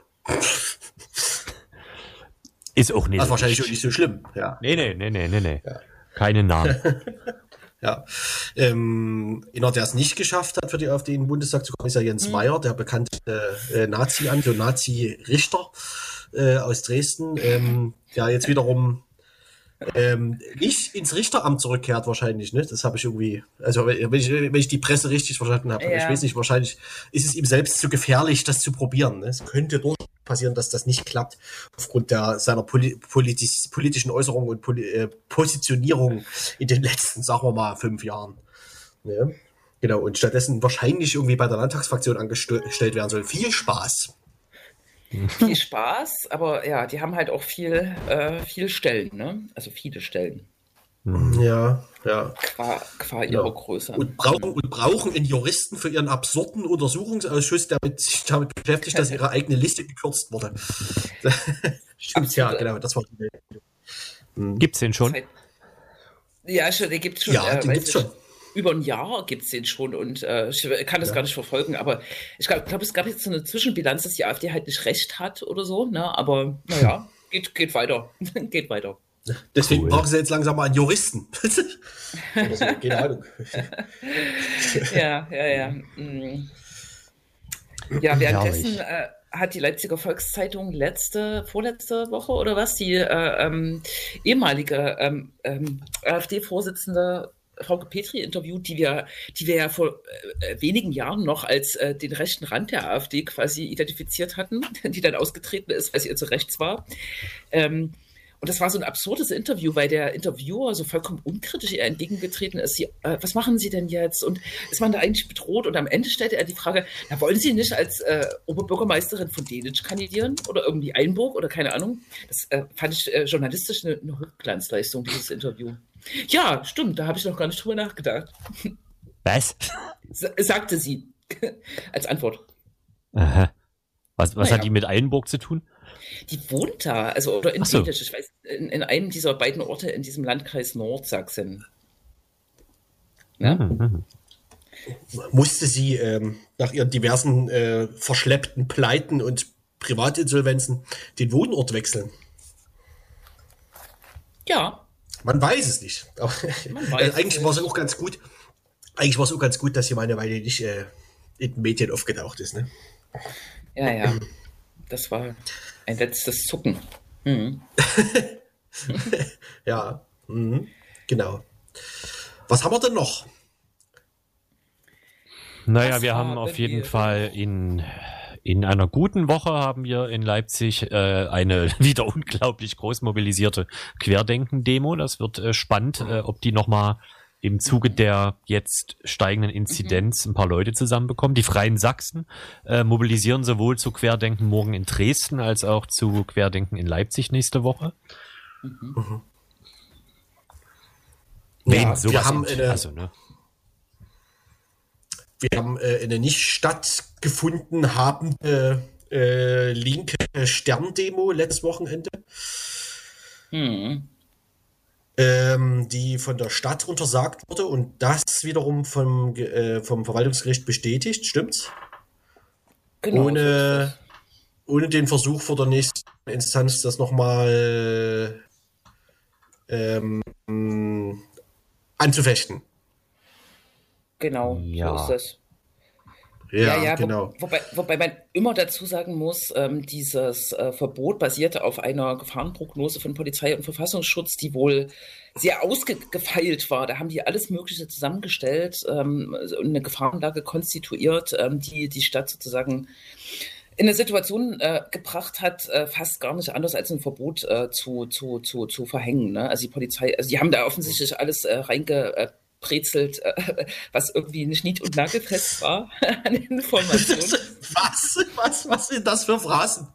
Ist auch nicht. Das ist wahrscheinlich auch nicht so schlimm. Ja. Nee. Ja. Keine Namen. Ja. Einer, der es nicht geschafft hat, für die AfD in den Bundestag zu kommen, ist ja Jens Meyer, der bekannte Nazi-Richter aus Dresden, der jetzt wiederum nicht ins Richteramt zurückkehrt wahrscheinlich, ne? Das habe ich irgendwie, also wenn ich die Presse richtig verstanden habe. Ja. Ich weiß nicht, wahrscheinlich ist es ihm selbst zu gefährlich, das zu probieren. Ne? Es könnte durchaus passieren, dass das nicht klappt, aufgrund seiner politischen Äußerungen und Positionierung in den letzten, sagen wir mal, 5 Jahren. Ne? Genau, und stattdessen wahrscheinlich irgendwie bei der Landtagsfraktion angestellt werden soll. Viel Spaß. Viel Spaß, aber ja, die haben halt auch viel Stellen, ne? Also viele Stellen. Ja. Qua ihrer Größe. Und brauchen einen Juristen für ihren absurden Untersuchungsausschuss, der sich damit beschäftigt, dass ihre eigene Liste gekürzt wurde. Stimmt, ja, genau, das war die Gibt's den schon? Ja, schon, den gibt's schon. Ja, den gibt's schon. Über ein Jahr gibt's den schon und ich kann das gar nicht verfolgen, aber ich glaube, es gab jetzt so eine Zwischenbilanz, dass die AfD halt nicht recht hat oder so, ne? Aber naja, geht weiter. Geht weiter. Deswegen brauchen sie jetzt langsam mal einen Juristen. Oder so, keine Ahnung. Ja. Ja, währenddessen hat die Leipziger Volkszeitung vorletzte Woche oder was, die ehemalige AfD-Vorsitzende Frauke Petri interviewt, die wir ja vor wenigen Jahren noch als den rechten Rand der AfD quasi identifiziert hatten, die dann ausgetreten ist, weil sie ihr zu rechts war. Und das war so ein absurdes Interview, weil der Interviewer so vollkommen unkritisch ihr entgegengetreten ist. Was machen Sie denn jetzt? Und ist man da eigentlich bedroht? Und am Ende stellte er die Frage, na, wollen Sie nicht als Oberbürgermeisterin von Delitzsch kandidieren? Oder irgendwie Einburg? Oder keine Ahnung. Das fand ich journalistisch eine Hochglanzleistung, dieses Interview. Ja, stimmt, da habe ich noch gar nicht drüber nachgedacht. Was? Sagte sie als Antwort. Aha. Was hat die mit Eilenburg zu tun? Die wohnt da, also oder in Ach so. Delitzsch, ich weiß, in einem dieser beiden Orte in diesem Landkreis Nordsachsen. Ja? Musste sie nach ihren diversen verschleppten Pleiten und Privatinsolvenzen den Wohnort wechseln? Ja. Man weiß es nicht. Aber eigentlich war es auch ganz gut. Eigentlich war es auch ganz gut, dass sie mal eine Weile nicht in den Medien aufgetaucht ist. Ne? Ja. Das war ein letztes Zucken. Ja, genau. Was haben wir denn noch? Naja, Was wir haben auf jeden Fall in einer guten Woche haben wir in Leipzig eine wieder unglaublich groß mobilisierte Querdenken-Demo. Das wird spannend, ob die nochmal im Zuge der jetzt steigenden Inzidenz ein paar Leute zusammenbekommen. Die Freien Sachsen mobilisieren sowohl zu Querdenken morgen in Dresden als auch zu Querdenken in Leipzig nächste Woche. Ja, sowas wir haben eine nicht stattgefunden habende linke Sterndemo letztes Wochenende. Die von der Stadt untersagt wurde und das wiederum vom Verwaltungsgericht bestätigt, stimmt's? Genau. Ohne den Versuch vor der nächsten Instanz, das nochmal anzufechten. Genau, Ja. so ist das. Ja, genau. Wobei man immer dazu sagen muss, dieses Verbot basierte auf einer Gefahrenprognose von Polizei und Verfassungsschutz, die wohl sehr ausgefeilt war. Da haben die alles Mögliche zusammengestellt und eine Gefahrenlage konstituiert, die die Stadt sozusagen in eine Situation gebracht hat, fast gar nicht anders als ein Verbot zu verhängen. Ne? Also die Polizei, die haben da offensichtlich alles reingebrezelt, was irgendwie nicht nied- und nagelfest war an Informationen. Was sind das für Phrasen?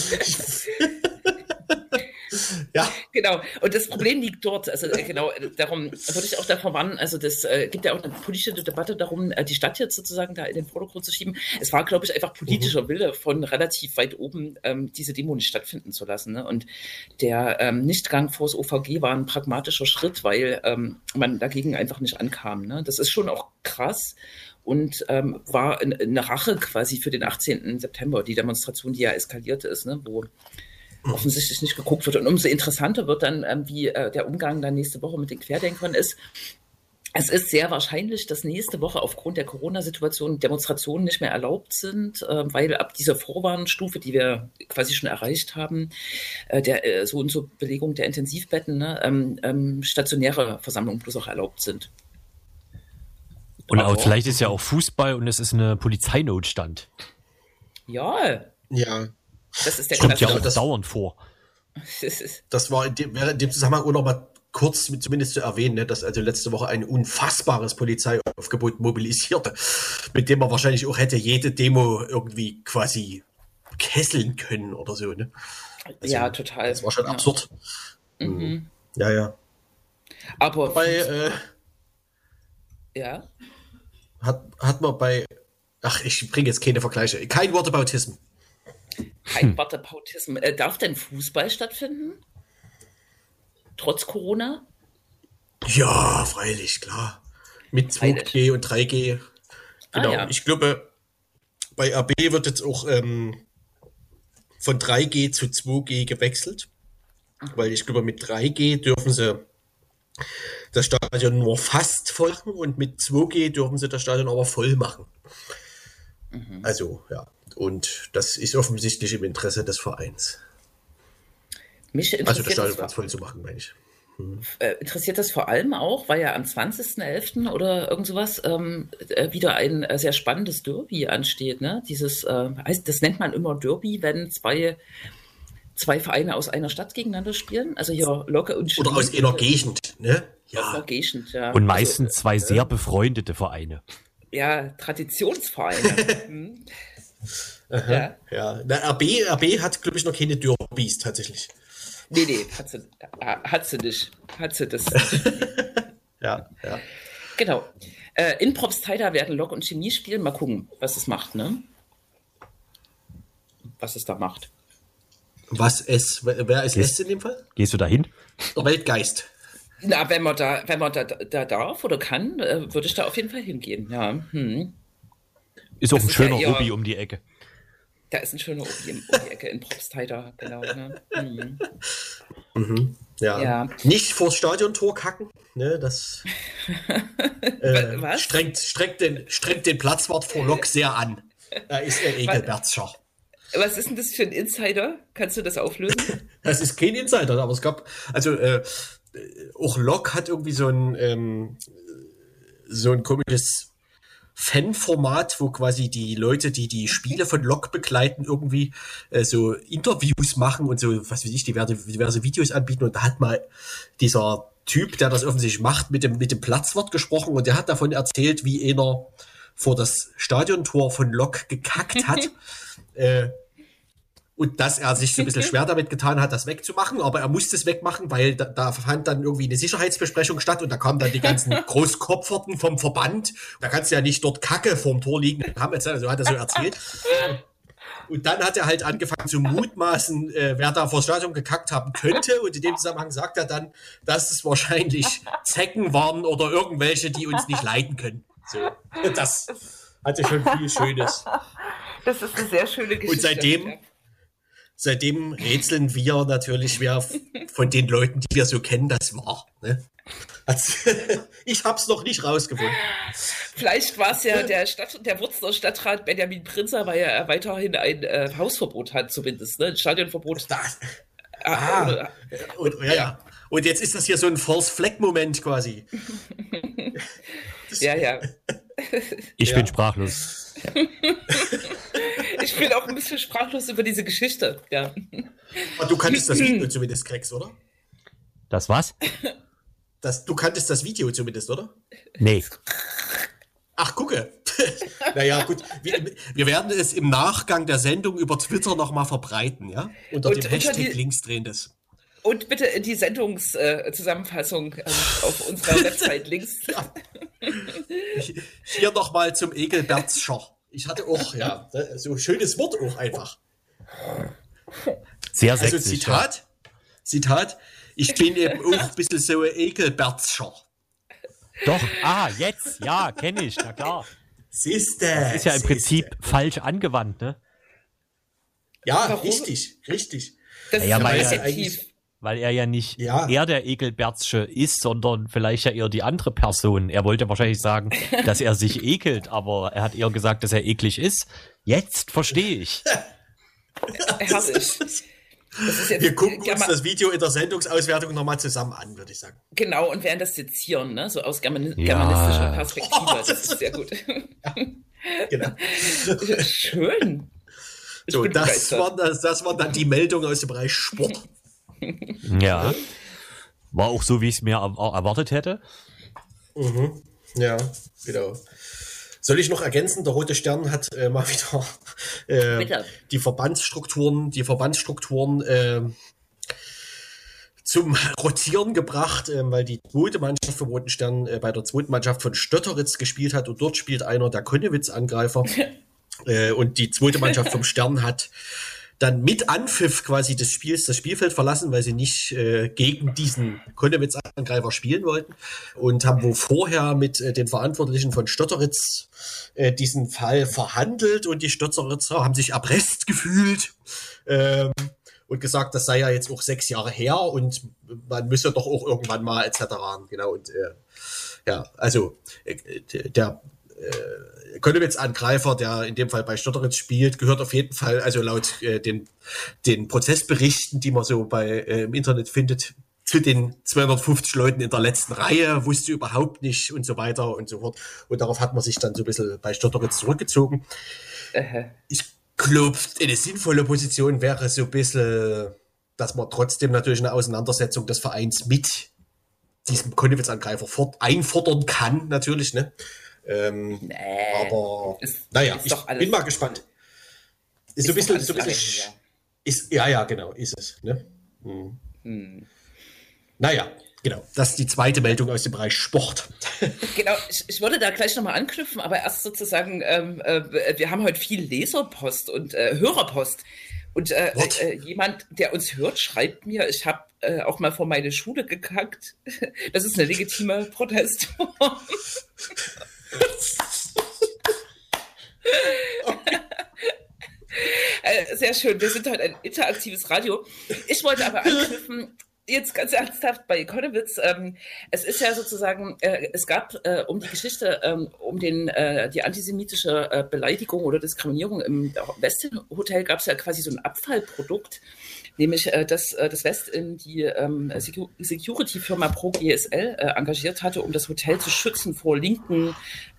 Ja. Genau. Und das Problem liegt dort. Also genau, darum würde ich auch davor warnen. Also das gibt ja auch eine politische Debatte darum, die Stadt jetzt sozusagen da in den Vordergrund zu schieben. Es war, glaube ich, einfach politischer Wille von relativ weit oben, diese Demo nicht stattfinden zu lassen. Ne? Und der Nichtgang vor das OVG war ein pragmatischer Schritt, weil man dagegen einfach nicht ankam. Ne? Das ist schon auch krass. Und war eine Rache quasi für den 18. September, die Demonstration, die ja eskaliert ist, ne? Wo offensichtlich nicht geguckt wird. Und umso interessanter wird dann, wie der Umgang dann nächste Woche mit den Querdenkern ist. Es ist sehr wahrscheinlich, dass nächste Woche aufgrund der Corona-Situation Demonstrationen nicht mehr erlaubt sind, weil ab dieser Vorwarnstufe, die wir quasi schon erreicht haben, der so und so Belegung der Intensivbetten, ne, stationäre Versammlungen bloß auch erlaubt sind. Und auch, vielleicht ist ja auch Fußball und es ist eine Polizeinotstand. Ja. Ja. Das ist der Kommt ja Klassiker. auch dauernd vor. Das wäre in dem Zusammenhang auch noch mal kurz zumindest zu erwähnen, ne, dass also letzte Woche ein unfassbares Polizeiaufgebot mobilisierte, mit dem man wahrscheinlich auch hätte jede Demo irgendwie quasi kesseln können oder so. Ne? Also, ja, total. Das war schon absurd. Mhm. Ja. Aber ja. Hat man bei, ich bringe jetzt keine Vergleiche, kein Whataboutism. Kein Whataboutism. Darf denn Fußball stattfinden? Trotz Corona? Ja, freilich, klar. Mit 2G und 3G. Genau. Ja. Ich glaube, bei RB wird jetzt auch von 3G zu 2G gewechselt. Weil ich glaube, mit 3G dürfen sie das Stadion nur fast voll machen und mit 2G dürfen sie das Stadion aber voll machen. Also, ja. Und das ist offensichtlich im Interesse des Vereins. Mich Also das interessiert Stadion ganz voll zu machen, meine ich. interessiert das vor allem auch, weil ja am 20.11. oder irgend sowas wieder ein sehr spannendes Derby ansteht. Ne? Das nennt man immer Derby, wenn zwei Vereine aus einer Stadt gegeneinander spielen. Also hier Locke und Oder aus einer Gegend, ne? Ja. Aus einer Gegend, ja. Und meistens zwei sehr befreundete Vereine. Ja, Traditionsvereine. Ja. Na, RB hat, glaube ich, noch keine Derbys tatsächlich. Nee, hat sie nicht. Hat sie das. Ja. Genau. In Probstheida werden Lok und Chemie spielen. Mal gucken, was es macht, ne? Was es da macht. Wer ist es in dem Fall? Gehst du dahin? Der Weltgeist. Na, wenn man da darf oder kann, würde ich da auf jeden Fall hingehen, ja. Ist auch Das ein ist schöner ja eher- Hobby um die Ecke. Da ist ein schöner Obi um die Ecke in Probstheida, genau. Ne? Ja. Ja. Nicht vors Stadiontor kacken, ne? Das Was? strengt den Platzwart vor Lok sehr an. Da ist er Ekelbertscher. Was ist denn das für ein Insider? Kannst du das auflösen? Das ist kein Insider, aber es gab, also auch Lok hat irgendwie so ein komisches Fanformat, wo quasi die Leute, die Spiele von Lok begleiten, irgendwie so Interviews machen und so, was weiß ich, diverse Videos anbieten. Und da hat mal dieser Typ, der das offensichtlich macht, mit dem Platzwart gesprochen und der hat davon erzählt, wie einer vor das Stadiontor von Lok gekackt hat. Und dass er sich so ein bisschen schwer damit getan hat, das wegzumachen, aber er musste es wegmachen, weil da fand dann irgendwie eine Sicherheitsbesprechung statt und da kamen dann die ganzen Großkopferten vom Verband. Da kannst du ja nicht dort Kacke vorm Tor liegen haben, also hat er so erzählt. Und dann hat er halt angefangen zu mutmaßen, wer da vor das Stadion gekackt haben könnte. Und in dem Zusammenhang sagt er dann, dass es wahrscheinlich Zecken waren oder irgendwelche, die uns nicht leiden können. So. Das hatte schon viel Schönes. Das ist eine sehr schöne Geschichte. Und seitdem rätseln wir natürlich, wer von den Leuten, die wir so kennen, das war. Ne? Ich hab's noch nicht rausgefunden. Vielleicht war es ja der Wurzler Stadtrat Benjamin Prinzer, weil er weiterhin ein Hausverbot hat, zumindest, ne? Ein Stadionverbot. Und jetzt ist das hier so ein False-Flag-Moment quasi. Ja. Ich bin sprachlos. Ich bin auch ein bisschen sprachlos über diese Geschichte, ja. Aber du kanntest das Video zumindest, Krex, oder? Das was? Du kanntest das Video zumindest, oder? Nee. Ach, gucke. Naja, gut. Wir werden es im Nachgang der Sendung über Twitter nochmal verbreiten, ja? Unter dem Hashtag Linksdrehendes. Und bitte in die Sendungszusammenfassung auf unserer Website links. Ja. Hier nochmal zum Ekelbertscher. Ich hatte auch, so ein schönes Wort auch einfach. Sehr Also sächsisch. Zitat, ich bin eben auch ein bisschen so ein Ekelbertscher. Doch, jetzt, ja, kenne ich, na klar. Siehste. Das ist ja im Prinzip falsch angewandt, ne? Ja, Warum? richtig. Das Ja, ist weil effektiv. weil er ja nicht Ja. er der Ekelbertsche ist, sondern vielleicht ja eher die andere Person. Er wollte wahrscheinlich sagen, dass er sich ekelt, aber er hat eher gesagt, dass er eklig ist. Jetzt verstehe ich. Herrlich. Das ist jetzt, Wir gucken uns das Video in der Sendungsauswertung nochmal zusammen an, würde ich sagen. Genau, und werden das sezieren, ne? So aus germanistischer Perspektive. Das ist sehr gut. Genau. Schön. Ich So, bin das begeistert. war dann die Meldung aus dem Bereich Sport. Ja. War auch so, wie ich es mir erwartet hätte. Ja, genau. Soll ich noch ergänzen, der Rote Stern hat mal wieder Bitte. die Verbandsstrukturen zum Rotieren gebracht, weil die zweite Mannschaft vom Roten Stern bei der zweiten Mannschaft von Stötteritz gespielt hat und dort spielt einer der Konnewitz-Angreifer. Und die zweite Mannschaft vom Stern hat dann mit Anpfiff quasi des Spiels das Spielfeld verlassen, weil sie nicht gegen diesen Konnewitz-Angreifer spielen wollten und haben wohl vorher mit den Verantwortlichen von Stötteritz diesen Fall verhandelt und die Stötteritzer haben sich erpresst gefühlt und gesagt, das sei ja jetzt auch 6 Jahre her und man müsse doch auch irgendwann mal etc. Genau, und ja, also der Konnewitz-Angreifer, der in dem Fall bei Stötteritz spielt, gehört auf jeden Fall, also laut den Prozessberichten, die man so im Internet findet, zu den 250 Leuten in der letzten Reihe, wusste überhaupt nicht und so weiter und so fort. Und darauf hat man sich dann so ein bisschen bei Stötteritz zurückgezogen. Ich glaube, eine sinnvolle Position wäre so ein bisschen, dass man trotzdem natürlich eine Auseinandersetzung des Vereins mit diesem Konnewitz-Angreifer einfordern kann, natürlich, ne? Aber naja, ich bin mal gespannt. Ist so ein bisschen, ja, genau, ist es. Ne? Naja, genau. Das ist die zweite Meldung aus dem Bereich Sport. Genau, ich wollte da gleich nochmal anknüpfen, aber erst sozusagen, wir haben heute viel Leserpost und Hörerpost. Und jemand, der uns hört, schreibt mir, ich habe auch mal vor meine Schule gekackt. Das ist eine legitime Protestform. Sehr schön, wir sind heute ein interaktives Radio. Ich wollte aber anknüpfen, jetzt ganz ernsthaft bei Konnewitz. Es ist ja sozusagen, es gab um die Geschichte, die antisemitische Beleidigung oder Diskriminierung im Westin Hotel gab es ja quasi so ein Abfallprodukt, nämlich dass das Westin die Security-Firma ProGSL engagiert hatte, um das Hotel zu schützen vor linken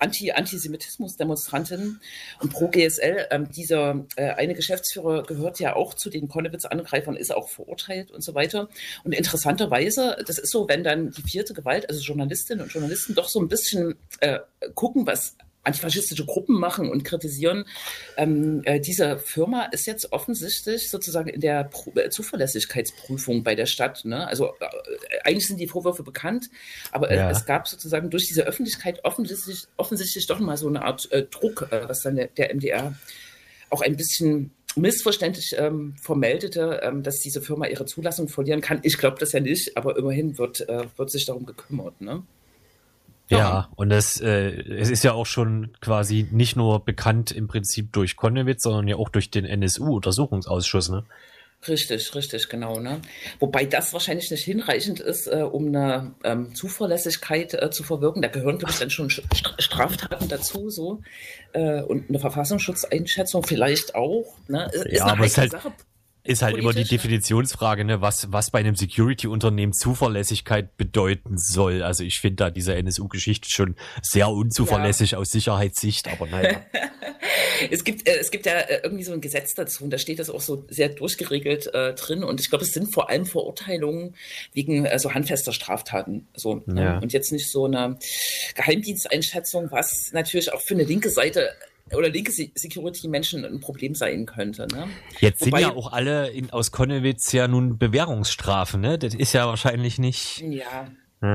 Antisemitismus-Demonstrantinnen. Und ProGSL, dieser eine Geschäftsführer gehört ja auch zu den Konnewitz-Angreifern, ist auch verurteilt und so weiter. Und interessanterweise, das ist so, wenn dann die vierte Gewalt, also Journalistinnen und Journalisten, doch so ein bisschen gucken, was antifaschistische Gruppen machen und kritisieren. Diese Firma ist jetzt offensichtlich sozusagen in der Zuverlässigkeitsprüfung bei der Stadt. Ne? Also eigentlich sind die Vorwürfe bekannt, aber es gab sozusagen durch diese Öffentlichkeit offensichtlich doch mal so eine Art Druck, was dann der MDR auch ein bisschen missverständlich vermeldete, dass diese Firma ihre Zulassung verlieren kann. Ich glaube das ja nicht, aber immerhin wird sich darum gekümmert. Ne? Ja, und es ist ja auch schon quasi nicht nur bekannt im Prinzip durch Konnewitz, sondern ja auch durch den NSU-Untersuchungsausschuss, ne? Richtig, genau. Ne? Wobei das wahrscheinlich nicht hinreichend ist, um eine Zuverlässigkeit zu verwirken. Da gehören, glaube ich, dann schon Straftaten dazu, so. Und eine Verfassungsschutzeinschätzung vielleicht auch. Ne? Ist aber es ist halt immer die Definitionsfrage, ne, was bei einem Security-Unternehmen Zuverlässigkeit bedeuten soll. Also ich finde da diese NSU-Geschichte schon sehr unzuverlässig aus Sicherheitssicht, aber naja. Es gibt ja irgendwie so ein Gesetz dazu und da steht das auch so sehr durchgeregelt drin und ich glaube, es sind vor allem Verurteilungen wegen so handfester Straftaten. So, ja. Und jetzt nicht so eine Geheimdiensteinschätzung, was natürlich auch für eine linke Seite oder linke Security-Menschen ein Problem sein könnte. Ne? Jetzt sind ja auch alle aus Konnewitz ja nun Bewährungsstrafen, ne? Das ist ja wahrscheinlich nicht... Ja.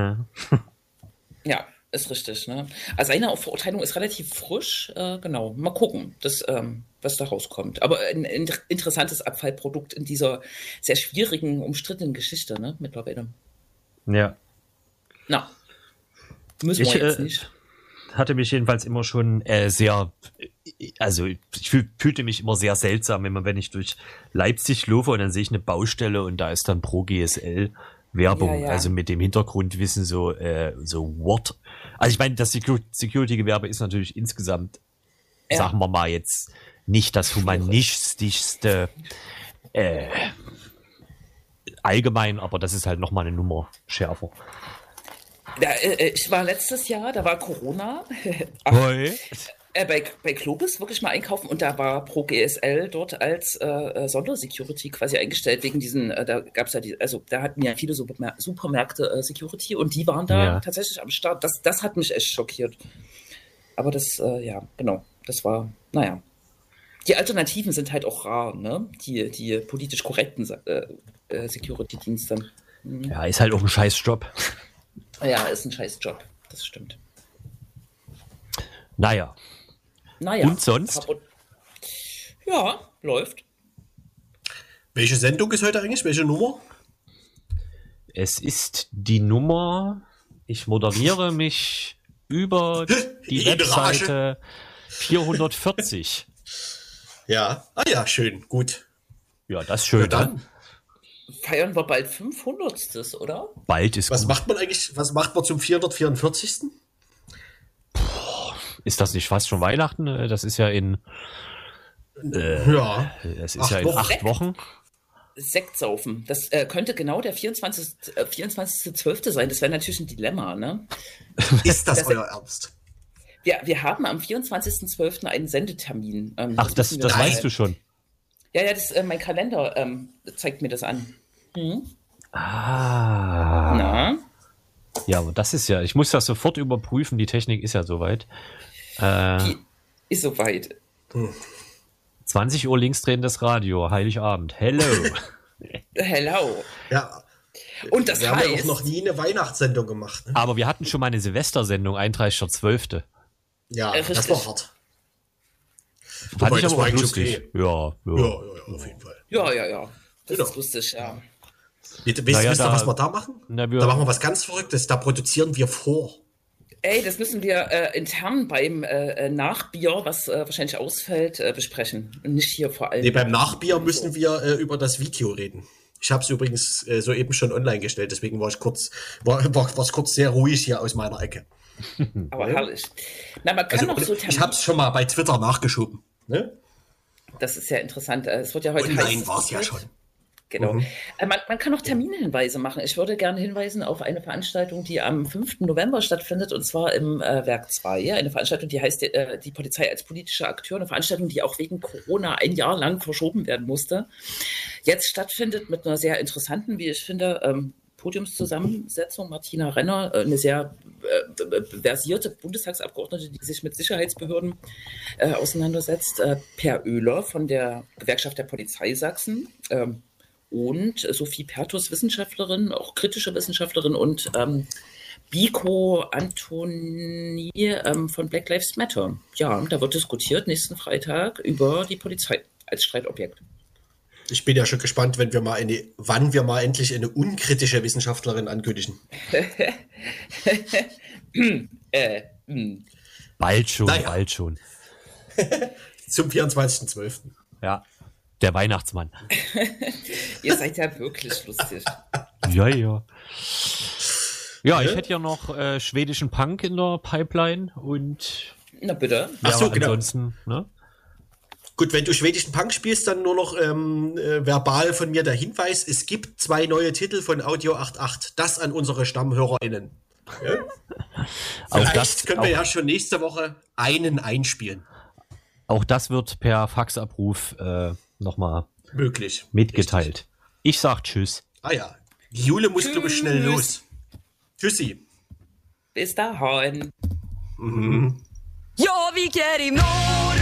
Ja, ist richtig. Ne? Also eine Verurteilung ist relativ frisch. Genau, mal gucken, was da rauskommt. Aber ein interessantes Abfallprodukt in dieser sehr schwierigen, umstrittenen Geschichte, ne? Mittlerweile. Ja. Na, müssen wir jetzt nicht. hatte mich jedenfalls immer schon also ich fühlte mich immer sehr seltsam, wenn ich durch Leipzig laufe und dann sehe ich eine Baustelle und da ist dann Pro GSL Werbung, Ja. also mit dem Hintergrundwissen so what. Also ich meine, das Security-Gewerbe ist natürlich insgesamt, sagen wir mal jetzt, nicht das humanistischste allgemein, aber das ist halt nochmal eine Nummer schärfer. Ich war letztes Jahr, da war Corona, Hoi. bei Globus wirklich mal einkaufen und da war Pro GSL dort als Sondersecurity quasi eingestellt, wegen diesen, da gab es ja da hatten ja viele Supermärkte Security und die waren da tatsächlich am Start. Das hat mich echt schockiert. Aber das, genau, das war, naja. Die Alternativen sind halt auch rar, ne? Die politisch korrekten Security-Dienste. Ja, ist halt auch ein Scheißjob. Ja, ist ein Scheißjob, das stimmt. Naja. Und sonst? Ja, läuft. Welche Sendung ist heute eigentlich? Welche Nummer? Es ist die Nummer, ich moderiere mich über die Webseite 440. Ja. Ah ja, schön, gut. Ja, das ist schön. Ja, dann. Ne? Feiern wir bald 500. oder? Bald ist Was gut. macht man eigentlich, was macht man zum 444.? Ist das nicht fast schon Weihnachten? Das ist ja in Ja. es ist ja in 8 Wochen. Sekt saufen. Das könnte genau der 24.12. sein. Das wäre natürlich ein Dilemma, ne? Ist das euer Ernst? Wir haben am 24.12. einen Sendetermin. Ach, das weißt du schon. Ja, mein Kalender zeigt mir das an. Ah. Na? Ja, aber das ist ja, ich muss das sofort überprüfen, die Technik ist ja soweit. Die ist soweit. 20 Uhr linksdrehendes Radio, Heiligabend. Hello. Hello. Ja. Und das Wir haben ja auch heißt, noch nie eine Weihnachtssendung gemacht. Ne? Aber wir hatten schon mal eine Silvestersendung, 31.12. Ja, richtig. das war hart. Fand Wobei, ich das aber war auch eigentlich lustig. okay. Ja. Ja, auf jeden Fall. ja. Das Genau. ist lustig, ja. Wisst Naja, ihr, was wir da machen? Na, Da machen wir was ganz Verrücktes. Da produzieren wir vor. Ey, das müssen wir intern beim Nachbier, was wahrscheinlich ausfällt, besprechen. Und nicht hier vor allem. Nee, beim Nachbier müssen wir über das Video reden. Ich habe es übrigens soeben schon online gestellt, deswegen war es kurz sehr ruhig hier aus meiner Ecke. Aber herrlich. Na, man kann Also, noch so ich habe es schon mal bei Twitter nachgeschoben. Ne? Das ist ja interessant. Es wird ja heute Online war es ja schon. Genau. Man kann auch Terminhinweise machen. Ich würde gerne hinweisen auf eine Veranstaltung, die am 5. November stattfindet, und zwar im Werk 2. Eine Veranstaltung, die heißt die Polizei als politischer Akteur. Eine Veranstaltung, die auch wegen Corona ein Jahr lang verschoben werden musste. Jetzt stattfindet mit einer sehr interessanten, wie ich finde, Podiumszusammensetzung. Martina Renner, eine sehr versierte Bundestagsabgeordnete, die sich mit Sicherheitsbehörden auseinandersetzt. Per Oehler von der Gewerkschaft der Polizei Sachsen. Und Sophie Pertus, Wissenschaftlerin, auch kritische Wissenschaftlerin, und Biko Antoni von Black Lives Matter. Ja, da wird diskutiert nächsten Freitag über die Polizei als Streitobjekt. Ich bin ja schon gespannt, wann wir mal endlich eine unkritische Wissenschaftlerin ankündigen. Bald schon, Naja. bald schon. Zum 24.12. Ja, der Weihnachtsmann. Ihr seid ja wirklich lustig. Ja. Ja, ich hätte ja noch schwedischen Punk in der Pipeline und Na bitte. Ach so, genau. ansonsten, ne? Gut, wenn du schwedischen Punk spielst, dann nur noch verbal von mir der Hinweis, es gibt 2 neue Titel von Audio 88. Das an unsere StammhörerInnen. Ja? Vielleicht können wir ja schon nächste Woche einen einspielen. Auch das wird per Faxabruf nochmal Möglich. mitgeteilt. Richtig. Ich sag Tschüss. Ah ja. Die Jule muss, glaube ich, schnell los. Tschüssi. Bis dahin. Jag viker i norr